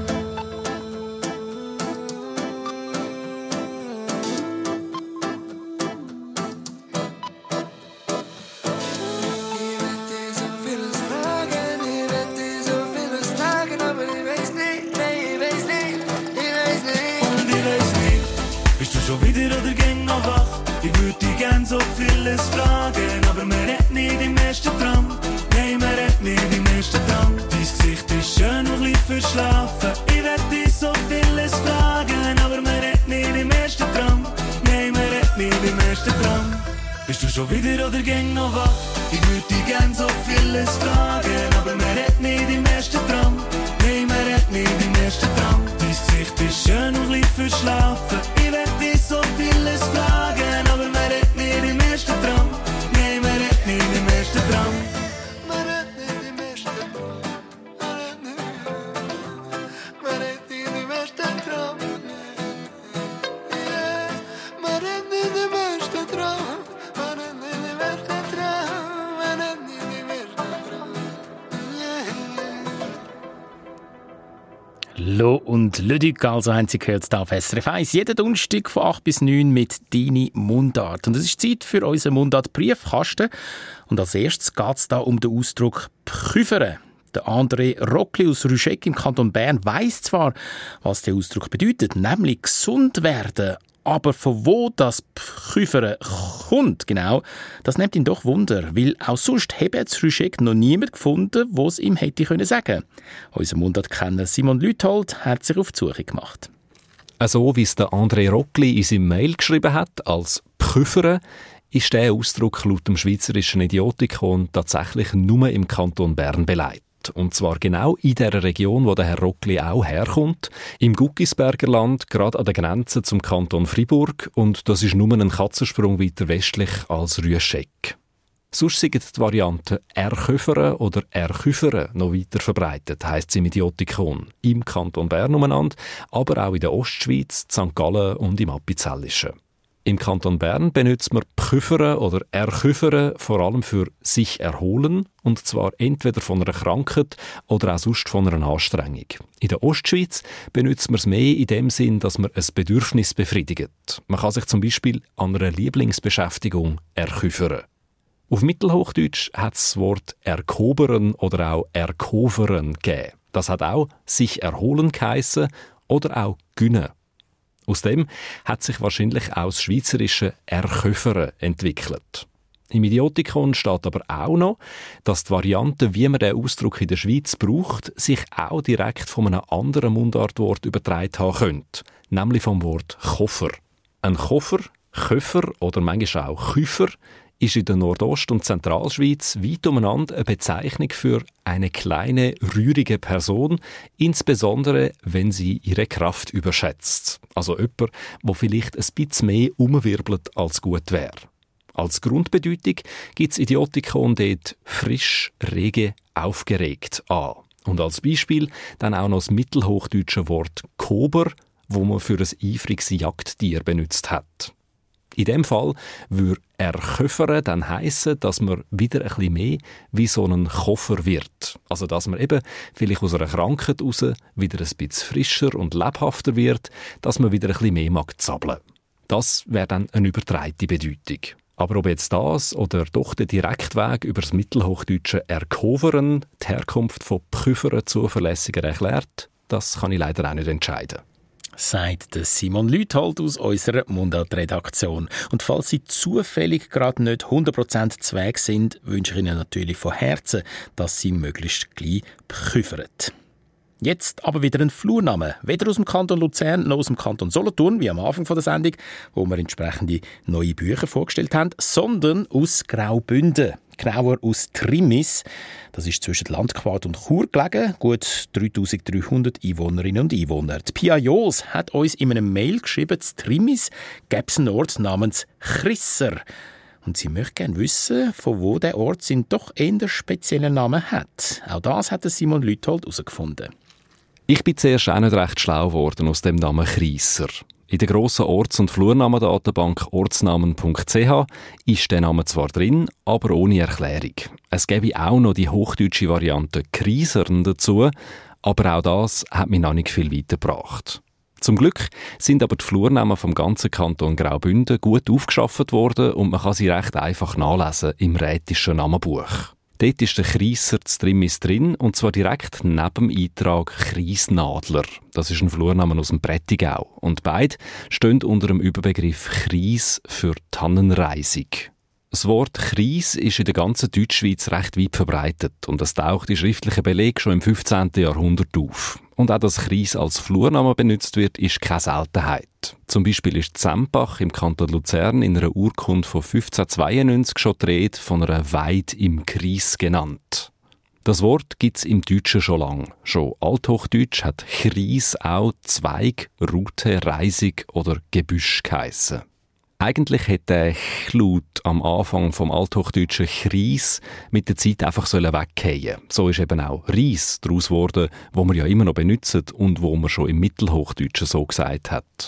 Schon wieder oder gäng noch wach? Ich würde dich gern so vieles fragen, aber man redet nicht im ersten Tram. Nein, man redet nicht im ersten Tram. Dein Gesicht ist schön und lieb verschlafen. Ich werd dich so vieles fragen, aber man redet nicht im ersten Tram. Nein, man redet nicht im ersten Tram. Bist du schon wieder oder gäng noch wach? Ich würde dich gern so vieles fragen, aber man redet nicht im ersten Tram. Nein, man redet nicht im ersten Tram. Dein Gesicht ist schön und lieb verschlafen. Ich werd dich so vieles fragen, aber man redet nicht im ersten Tram. Nein, man redet nicht im ersten Tram. Man redet nicht im ersten Tram. Man redet nicht im ersten Tram. Man redet nicht im ersten Tram. Man redet nicht im ersten Tram. Man redet nicht im ersten Tram. Lo und Lüdük, also haben Sie gehört, hier auf SRF 1. Jeden Donnerstag von 8 bis 9 mit «Deine Mundart». Und es ist Zeit für unseren Mundart-Briefkasten. Und als erstes geht es da um den Ausdruck «pchüfere». Der André Rockli aus Rüschegg im Kanton Bern weiss zwar, was der Ausdruck bedeutet, nämlich gesund werden. Aber von wo das Pchüfere kommt, genau, das nimmt ihn doch Wunder, weil auch sonst habe jetzt Rüschegg noch niemand gefunden, der es ihm hätte sagen können. Unser Mundartkenner Simon Lüthold hat sich auf die Suche gemacht. So wie es der André Rockli in seinem Mail geschrieben hat, als Pchüfere, ist der Ausdruck laut dem Schweizerischen Idiotikon tatsächlich nur im Kanton Bern belegt. Und zwar genau in der Region, wo der Herr Rockli auch herkommt, im Guggisberger Land, gerade an der Grenze zum Kanton Fribourg. Und das ist nur ein Katzensprung weiter westlich als Rüschegg. Sonst sind die Varianten «erchöfere» oder «erchüfere» noch weiter verbreitet, heisst es im Idiotikon. Im Kanton Bern umeinander, aber auch in der Ostschweiz, St. Gallen und im Appenzellischen. Im Kanton Bern benutzt man «pchüfere» oder «erchüfere» vor allem für «sich erholen», und zwar entweder von einer Krankheit oder auch sonst von einer Anstrengung. In der Ostschweiz benutzt man es mehr in dem Sinn, dass man ein Bedürfnis befriedigt. Man kann sich zum Beispiel an einer Lieblingsbeschäftigung «erchüfere». Auf Mittelhochdeutsch hat es das Wort «erkoberen» oder auch «erkoveren» gegeben. Das hat auch «sich erholen» geheissen oder auch «günnen». Aus dem hat sich wahrscheinlich auch das schweizerische «erchöfere» entwickelt. Im Idiotikon steht aber auch noch, dass die Variante, wie man den Ausdruck in der Schweiz braucht, sich auch direkt von einem anderen Mundartwort übertragen haben könnte, nämlich vom Wort «Koffer». Ein Koffer, Köffer oder manchmal auch Küfer ist in der Nordost- und Zentralschweiz weit umeinander eine Bezeichnung für eine kleine, rührige Person, insbesondere wenn sie ihre Kraft überschätzt. Also jemand, der vielleicht ein bisschen mehr umwirbelt als gut wäre. Als Grundbedeutung gibt es Idiotikon dort frisch, rege, aufgeregt an. Und als Beispiel dann auch noch das mittelhochdeutsche Wort «Kober», wo man für ein eifriges Jagdtier benutzt hat. In dem Fall würde «erchöfere» dann heissen, dass man wieder ein bisschen mehr wie so ein Koffer wird. Also dass man eben vielleicht aus einer Krankheit raus wieder ein bisschen frischer und lebhafter wird, dass man wieder ein bisschen mehr mag zappeln. Das wäre dann eine übertreite Bedeutung. Aber ob jetzt das oder doch der Direktweg über das mittelhochdeutsche «erkoveren» die Herkunft von «pchüfere» zuverlässiger erklärt, das kann ich leider auch nicht entscheiden. Sagt Simon Lüthold aus unserer Mundart-Redaktion. Und falls Sie zufällig gerade nicht 100% zu Weg sind, wünsche ich Ihnen natürlich von Herzen, dass Sie möglichst gleich pchüfern. Jetzt aber wieder ein Flurname. Weder aus dem Kanton Luzern noch aus dem Kanton Solothurn, wie am Anfang der Sendung, wo wir entsprechende neue Bücher vorgestellt haben, sondern aus Graubünden. Genauer aus Trimis. Das ist zwischen Landquart und Chur gelegen. Gut 3300 Einwohnerinnen und Einwohner. Die Pia Jos hat uns in einem Mail geschrieben, in Trimis gäbe es einen Ort namens Crisser. Und sie möchte gerne wissen, von wo der Ort seinen doch eher speziellen Namen hat. Auch das hat Simon Lüthold herausgefunden. Ich bin zuerst auch nicht recht schlau geworden aus dem Namen Crisser. In der grossen Orts- und Flurnamendatenbank ortsnamen.ch ist der Name zwar drin, aber ohne Erklärung. Es gäbe auch noch die hochdeutsche Variante Krisern dazu, aber auch das hat mich noch nicht viel weitergebracht. Zum Glück sind aber die Flurnamen vom ganzen Kanton Graubünden gut aufgeschafft worden und man kann sie recht einfach nachlesen im rätischen Namenbuch. Dort ist der Crisser zu Trimis drin, und zwar direkt neben dem Eintrag Kriesnadler. Das ist ein Flurname aus dem Prättigau. Und beide stehen unter dem Überbegriff Chries für Tannenreisig. Das Wort Chries ist in der ganzen Deutschschweiz recht weit verbreitet und es taucht in schriftlichen Belegen schon im 15. Jahrhundert auf. Und auch, dass Chries als Flurname benutzt wird, ist keine Seltenheit. Zum Beispiel ist Zempach im Kanton Luzern in einer Urkunde von 1592 schon die Rede von einer Weide im Chries genannt. Das Wort gibt es im Deutschen schon lange. Schon Althochdeutsch hat Chries auch Zweig, Rute, Reisig oder Gebüsch geheissen. Eigentlich hätte der Chlaut am Anfang vom althochdeutschen Chries mit der Zeit einfach weggehen. So ist eben auch Reis daraus geworden, wo man ja immer noch benutzt und wo man schon im Mittelhochdeutschen so gesagt hat.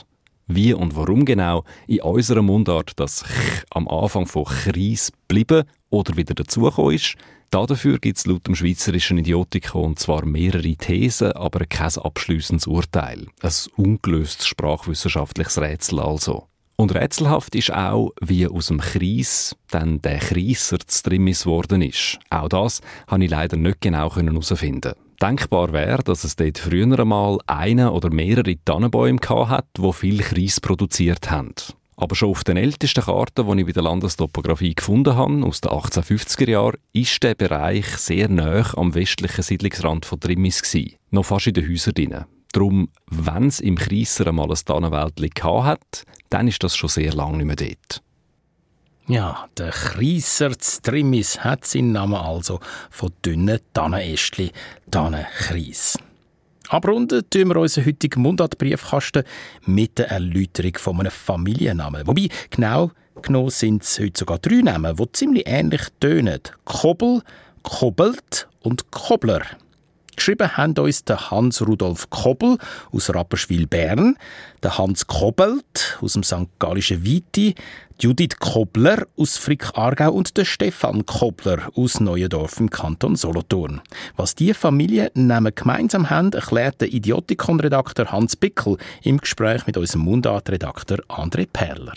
Wie und warum genau in unserer Mundart das «ch» am Anfang von «Chris» bleiben oder wieder dazugekommen ist, dafür gibt es laut dem Schweizerischen Idiotikon zwar mehrere Thesen, aber kein abschliessendes Urteil. Ein ungelöstes sprachwissenschaftliches Rätsel also. Und rätselhaft ist auch, wie aus dem Chris dann der Chreiser zu Trimmis geworden ist. Auch das konnte ich leider nicht genau herausfinden. Denkbar wäre, dass es dort früher einmal einen oder mehrere Tannenbäume hatte, die viel Kreis produziert haben. Aber schon auf den ältesten Karten, die ich bei der Landestopographie gefunden habe, aus den 1850er Jahren, ist der Bereich sehr nahe am westlichen Siedlungsrand von Trimmis gewesen. Noch fast in den Häusern drin. Darum, wenn es im Chreiser einmal ein Tannenwäldchen hat, dann ist das schon sehr lange nicht mehr dort. Ja, der Chreiser Trimmis hat seinen Namen also von dünnen Tannenästchen, Tannenkreis. Abrunden tun wir unseren heutigen Mundartbriefkasten mit der Erläuterung von einem Familiennamen. Wobei, genau genommen sind es heute sogar 3 Namen, die ziemlich ähnlich tönen. Kobel, Kobelt und Kobler. Geschrieben haben uns der Hans-Rudolf Kobel aus Rapperswil, Bern, der Hans Kobelt aus dem St. Gallischen Viti, Judith Kobler aus Frick-Aargau und der Stefan Kobler aus Neuendorf im Kanton Solothurn. Was diese Familiennamen gemeinsam haben, erklärt der Idiotikon-Redakteur Hans Bickel im Gespräch mit unserem Mundart-Redakteur André Perler.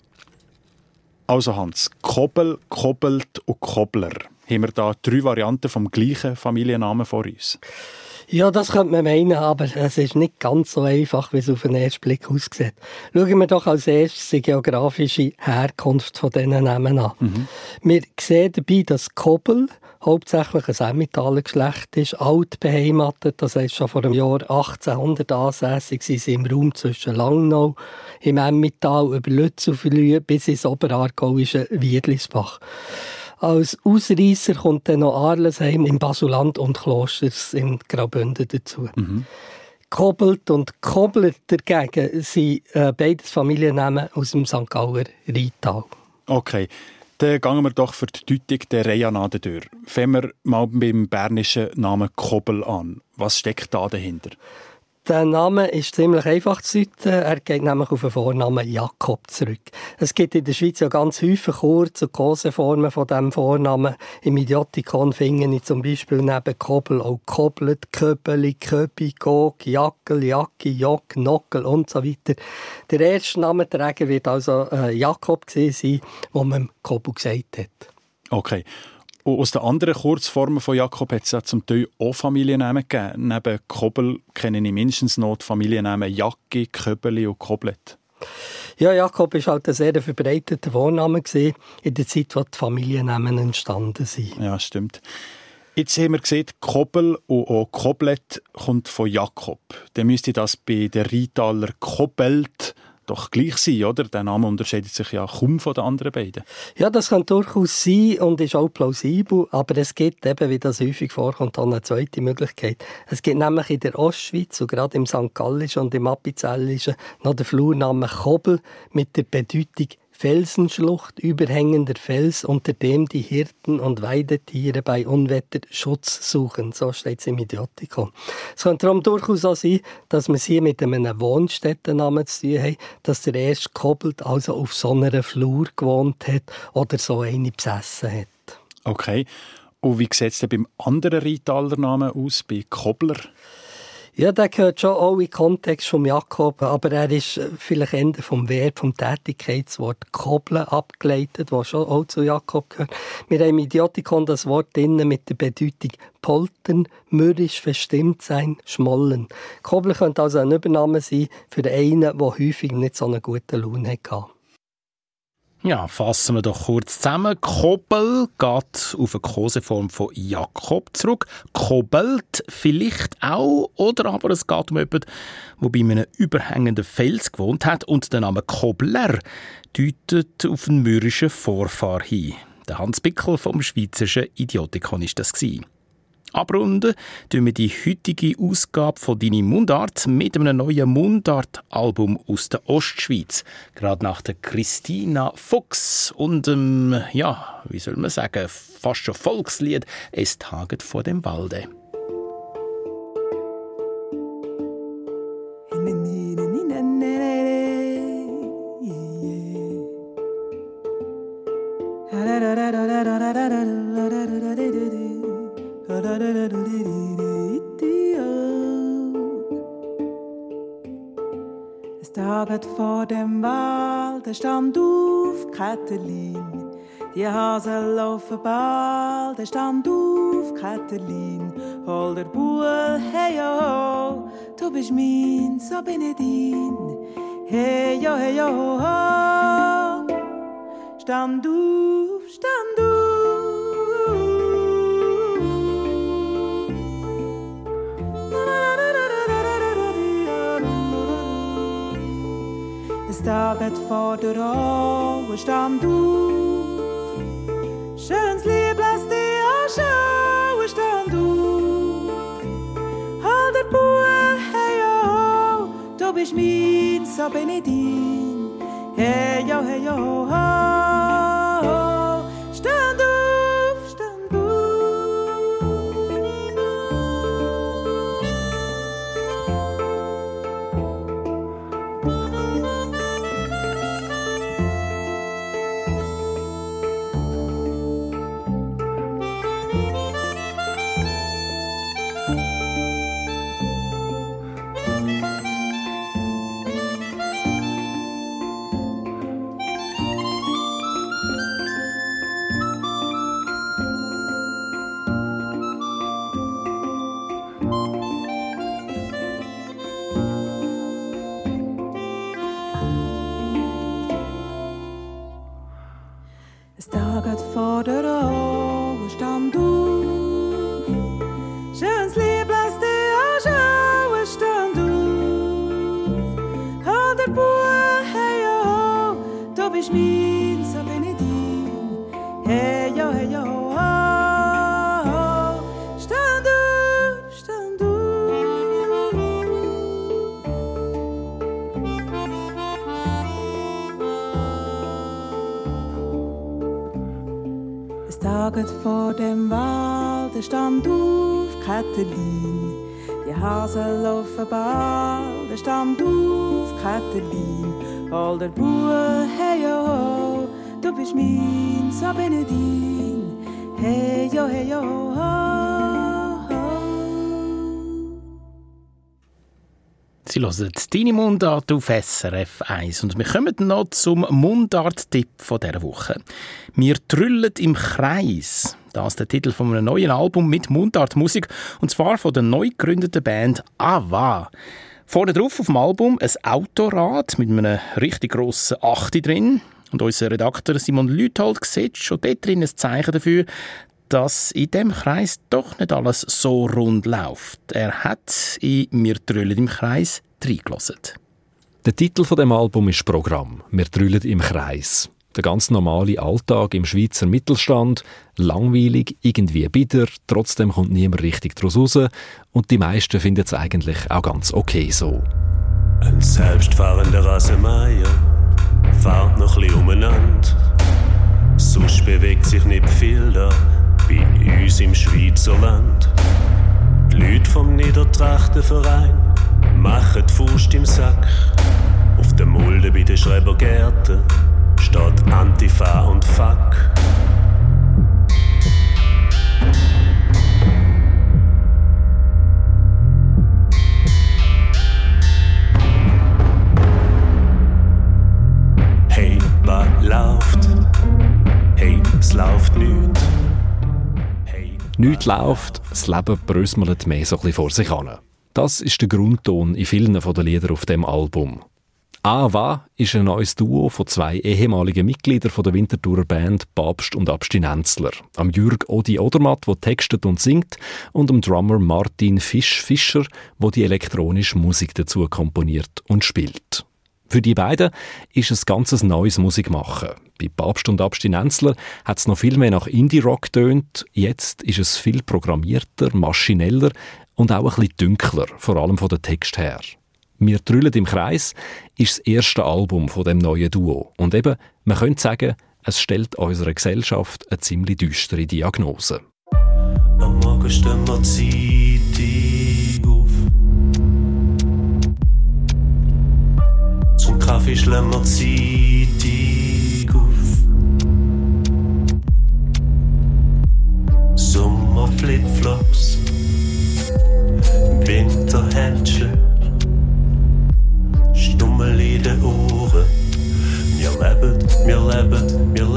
Also Hans, Kobel, Kobelt und Kobler. Haben wir da 3 Varianten vom gleichen Familiennamen vor uns? Ja, das könnte man meinen, aber es ist nicht ganz so einfach, wie es auf den ersten Blick aussieht. Schauen wir doch als erstes die geografische Herkunft von diesen Namen an. Wir sehen dabei, dass Kobel hauptsächlich ein Emmentaler-Geschlecht ist, alt beheimatet, das heisst schon vor dem Jahr 1800 ansässig, sind sie im Raum zwischen Langnau, im Emmental, über Lützelflüh bis ins Oberaargauische Wiedlisbach. Als Ausreisser kommt dann noch Arlesheim im Basuland und Klosters in Graubünden dazu. Kobelt und Kobler dagegen sind beides Familiennamen aus dem St. Galler Rheintal. Okay, dann gehen wir doch für die Deutung der Reihe nach durch. Fangen wir mal beim bernischen Namen Kobel an. Was steckt da dahinter? Der Name ist ziemlich einfach zu deuten. Er geht nämlich auf den Vornamen Jakob zurück. Es gibt in der Schweiz ja ganz häufig Kurz- und Koseformen von diesem Vornamen. Im Idiotikon finde ich zum Beispiel neben Kobel auch Koblet, Köbeli, Köbi, Gog, Jackel, Jacki, Jock, Nockel und so weiter. Der erste Namenträger wird also Jakob gewesen sein, wo man Kobel gesagt hat. Okay. Und aus den anderen Kurzformen von Jakob hat es ja zum Teil auch Familiennamen gegeben. Neben Kobel kenne ich mindestens noch die Familiennamen Jacki, Köbeli und Koblet. Ja, Jakob war halt ein sehr verbreiteter Vorname in der Zeit, wo die Familiennamen entstanden sind. Ja, stimmt. Jetzt haben wir gesehen, Kobel und auch Koblet kommt von Jakob. Dann müsste das bei den Rheintaler Kobelt doch gleich sein, oder? Der Name unterscheidet sich ja kaum von den anderen beiden. Ja, das kann durchaus sein und ist auch plausibel, aber es gibt eben, wie das häufig vorkommt, auch eine zweite Möglichkeit. Es gibt nämlich in der Ostschweiz und gerade im St. Gallischen und im Appenzellischen noch den Flurnamen Kobel mit der Bedeutung Felsenschlucht, überhängender Fels, unter dem die Hirten und Weidetiere bei Unwetter Schutz suchen. So steht es im Idiotikon. Es kann darum durchaus auch sein, dass wir es hier mit einem Wohnstättennamen zu tun haben, dass der erste Kobelt also auf so einer Flur gewohnt hat oder so eine besessen hat. Okay. Und wie sieht es denn beim anderen Rheintaler Namen aus, bei Kobler? Ja, der gehört schon auch in den Kontext von Jakob, aber er ist vielleicht eher vom Verb, vom Tätigkeitswort Kobeln abgeleitet, was schon auch zu Jakob gehört. Wir haben im Idiotikon das Wort drinnen mit der Bedeutung poltern, mürrisch verstimmt sein, schmollen. Kobeln könnte also ein Übername sein für einen, der häufig nicht so einen guten Lohn hatte. Ja, fassen wir doch kurz zusammen. Kobel geht auf eine Koseform von Jakob zurück. Kobelt vielleicht auch, oder aber es geht um jemanden, der bei einem überhängenden Fels gewohnt hat. Und der Name Kobler deutet auf einen mürrischen Vorfahr hin. Der Hans Bickel vom Schweizerischen Idiotikon war das. Abrunden tun wir die heutige Ausgabe von «Deine Mundart» mit einem neuen Mundart-Album aus der Ostschweiz. Gerade nach der Christina Fuchs und ja, wie soll man sagen, fast schon Volkslied «Es taget vor dem Walde». Es taget vor dem Wald, der stand auf Katalin. Die Hasen laufen bald, der stand auf Katalin. Hol der Buhl, hey yo, du bist mein, so bin ich dein. Hey yo, ho, stand auf, stand auf. Es taget vor der Augen, stand auf. Schönes Lieb, lass dich anschauen, stand auf. Halt der Buhl, hey yo, du bist mein, so bin ich dein. Hey yo, ho, stand auf, stand auf. Es taget vor der Augen, stand auf. Schönes Lieb, lass dich anschauen, stand auf. Halt der Buhl, hey yo, du bist mein, so bin ich dein. Hey yo, stand auf, stand auf. Es taget vor dem Wald, der stand auf Katalin. Die Hasen laufen bald, der stand auf Katalin. Hol der Buhl, hey yo, du bist mein, so bin ich dein. Hey yo, Sie hören «Deine Mundart» auf SRF 1 und wir kommen noch zum Mundart-Tipp dieser Woche. «Wir trüllen im Kreis». Das ist der Titel von einem neuen Album mit Mundartmusik und zwar von der neu gegründeten Band «Ava». Vorne drauf auf dem Album ein Autorad mit einem richtig grossen Achte drin. Und unser Redakteur Simon Lüthold sieht schon dort drin ein Zeichen dafür, dass in diesem Kreis doch nicht alles so rund läuft. Er hat in «Wir trüllen im Kreis» reingelassen. Der Titel von dem Album ist «Programm. Wir trüllen im Kreis». Der ganz normale Alltag im Schweizer Mittelstand, langweilig, irgendwie bitter, trotzdem kommt niemand richtig daraus raus und die meisten finden es eigentlich auch ganz okay so. Ein selbstfahrender Rasenmäher fährt noch ein bisschen umeinander. Sonst bewegt sich nicht viel da bei uns im Schweizerland. Die Leute vom Niedertrachtenverein machen die Faust im Sack. Auf der Mulde bei den Schrebergärten steht Antifa und Fuck. Hey, was läuft? Hey, es läuft nichts. Hey, nichts läuft, das Leben brösmelt mehr so ein bisschen vor sich hin. Das ist der Grundton in vielen von den Liedern auf dem Album. «Ava» ist ein neues Duo von zwei ehemaligen Mitgliedern der Winterthurer Band Papst und Abstinenzler. Am Jürg Odi Odermatt, der textet und singt, und am Drummer Martin Fischer, der die elektronische Musik dazu komponiert und spielt. Für die beiden ist es ganzes neues Musikmachen. Bei Papst und Abstinenzler hat es noch viel mehr nach Indie-Rock tönt. Jetzt ist es viel programmierter, maschineller und auch ein bisschen dunkler, vor allem von der Text her. «Wir trüllen im Kreis» ist das erste Album von dem neuen Duo. Und eben, man könnte sagen, es stellt unserer Gesellschaft eine ziemlich düstere Diagnose. Am Morgen stehen wir zeitig auf. Zum Kaffee schlagen wir zeitig auf. Sommer Flipflops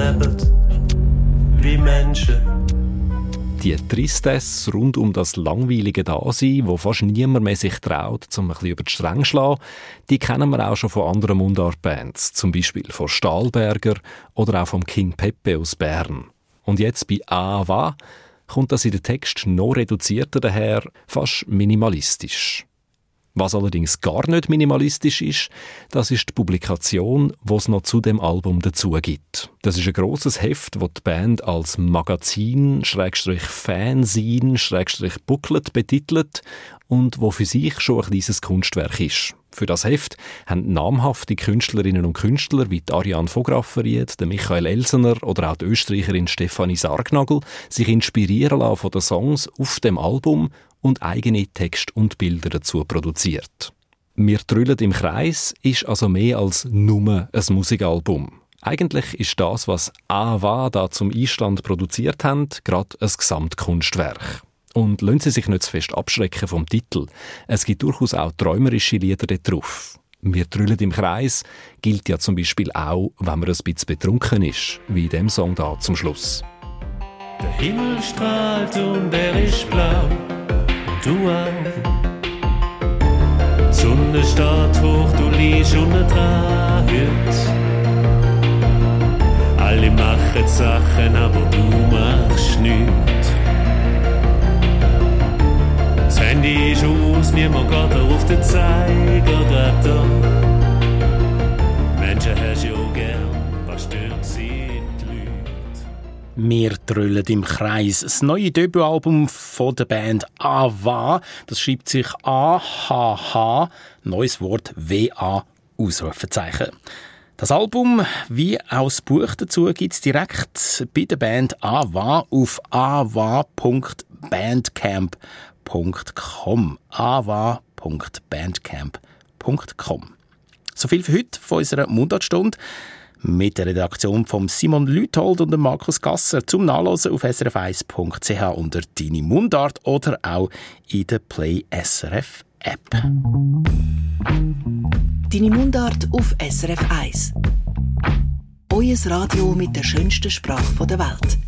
leben wie Menschen. Die Tristesse rund um das langweilige Dasein, wo fast niemand mehr sich traut, um ein bisschen über die Stränge zu schlagen, die kennen wir auch schon von anderen Mundart-Bands, zum Beispiel von Stahlberger oder auch vom King Pepe aus Bern. Und jetzt bei «Ava» kommt das in den Text noch reduzierter daher, fast minimalistisch. Was allerdings gar nicht minimalistisch ist, das ist die Publikation, die es noch zu dem Album dazu gibt. Das ist ein grosses Heft, das die Band als Magazin, Fanzine, Booklet betitelt und wo für sich schon ein kleines Kunstwerk ist. Für das Heft haben namhafte Künstlerinnen und Künstler wie Ariane von Grafferiet, der Michael Elsener oder auch die Österreicherin Stefanie Sargnagel sich inspirieren lassen von den Songs auf dem Album und eigene Texte und Bilder dazu produziert. «Wir trüllen im Kreis» ist also mehr als nur ein Musikalbum. Eigentlich ist das, was «Ava» da zum Einstand produziert haben, gerade ein Gesamtkunstwerk. Und lassen Sie sich nicht zu fest abschrecken vom Titel. Es gibt durchaus auch träumerische Lieder dort drauf. «Wir trüllen im Kreis» gilt ja zum Beispiel auch, wenn man ein bisschen betrunken ist, wie in dem Song da zum Schluss. Der Himmel strahlt und er ist blau, und du auch. Die Sonne steht hoch, du liegst unten dran heute. Alle machen Sachen, aber du machst nichts. Das Handy ist aus, niemand geht auf den Zeiger, grad da. Menschen hast du ja gern, was stört sie in die Leute? «Wir trüllen im Kreis». Das neue Debütalbum von der Band «Ava», das schreibt sich A-H-H, neues Wort W-A, Ausrufezeichen. Das Album, wie auch das Buch dazu, gibt es direkt bei der Band «Ava» auf ava.bandcamp.com. ava.bandcamp.com. So viel für heute von unserer Mundartstunde. Mit der Redaktion von Simon Lüthold und Markus Gasser zum Nachlesen auf srf1.ch unter «Deine Mundart» oder auch in der Play SRF App. «Deine Mundart» auf SRF 1. Euer Radio mit der schönsten Sprache der Welt.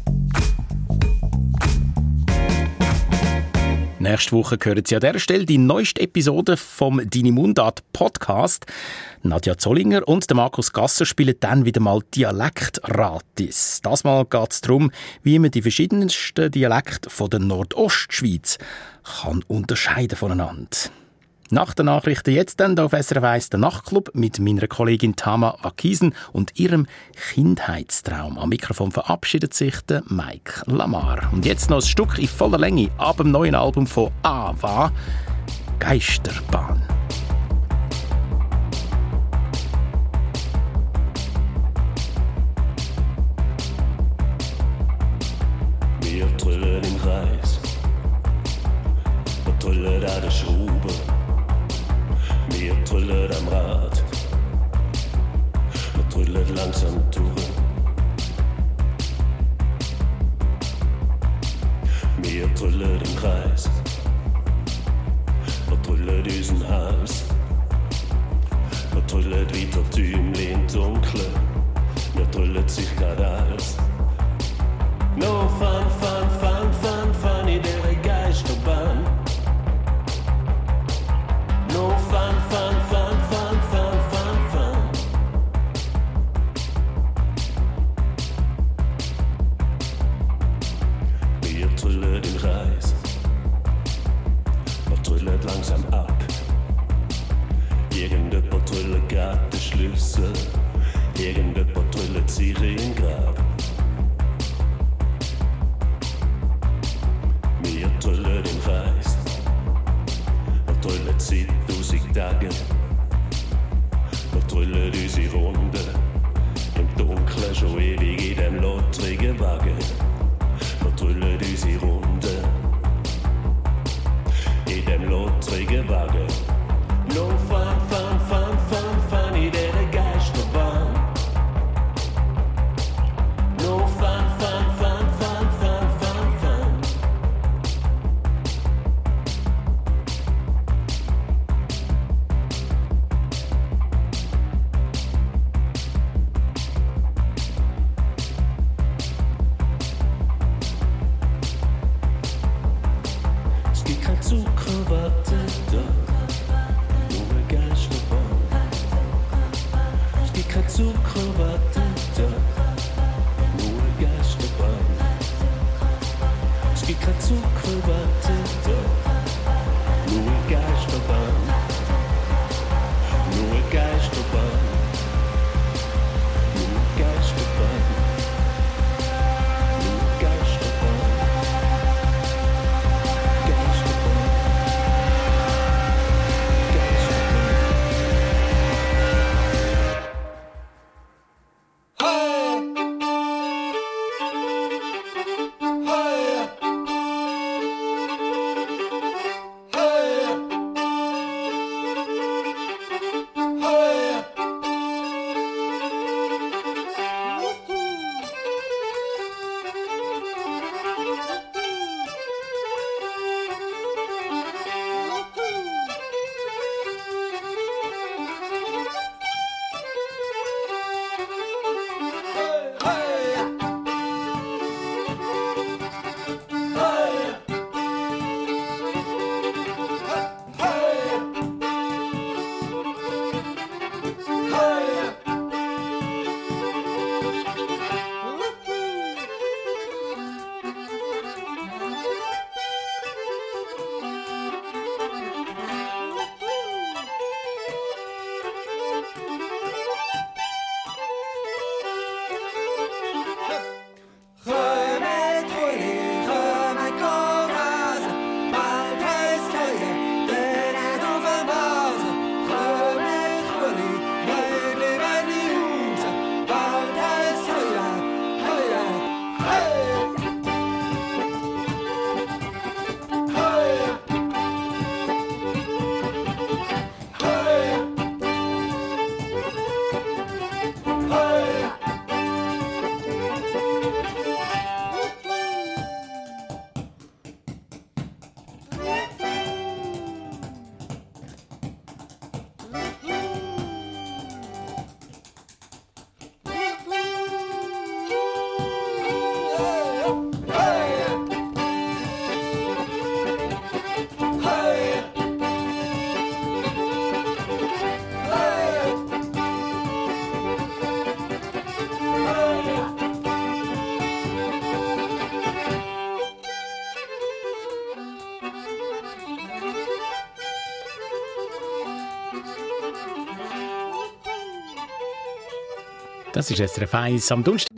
Nächste Woche hören Sie an dieser Stelle die neueste Episode vom «Deine Mundart» Podcast. Nadja Zollinger und Markus Gasser spielen dann wieder mal Dialektratis. Das Mal geht es darum, wie man die verschiedensten Dialekte von der Nordostschweiz kann unterscheiden voneinander. Nach den Nachrichten jetzt dann auf SRF 1 der Nachtclub mit meiner Kollegin Tama Wakisen und ihrem Kindheitstraum. Am Mikrofon verabschiedet sich der Mike Lamar. Und jetzt noch ein Stück in voller Länge ab dem neuen Album von Ava, «Geisterbahn». Wir trüllen im Kreis, wir trüllen an der Schraube. Wir trüllen am Rad, wir trüllen langsam durch. Wir trüllen im Kreis, wir trüllen unseren Hals. Wir trüllen weiter Tümli im Dunkeln, wir trüllen sich grad alles. No fun, fun, fun, fun, fun in der Geisterbahn. No fun, fun, fun, fun, fun, fun, fun. Wir trüllen im Kreis, wir trüllen langsam ab. Irgendjemand trüllt grad den Schlüssel, irgendjemand trüllt sich im Grab. Wir trüllen im Kreis, wir trüllen seit 1000 Tagen. Wir trüllen unsere Runde, im Dunkeln schon ewig in dem lottrigen Wagen. Wir trüllen unsere Runde, in dem lottrigen Wagen. No fun, fun, fun, fun, fun in der Geisterbahn. No fun, fun, fun, fun, fun, fun, fun. Das ist SRF 1 am Donnerstag.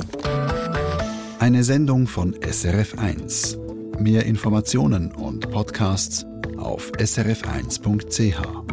Eine Sendung von SRF 1. Mehr Informationen und Podcasts auf srf1.ch.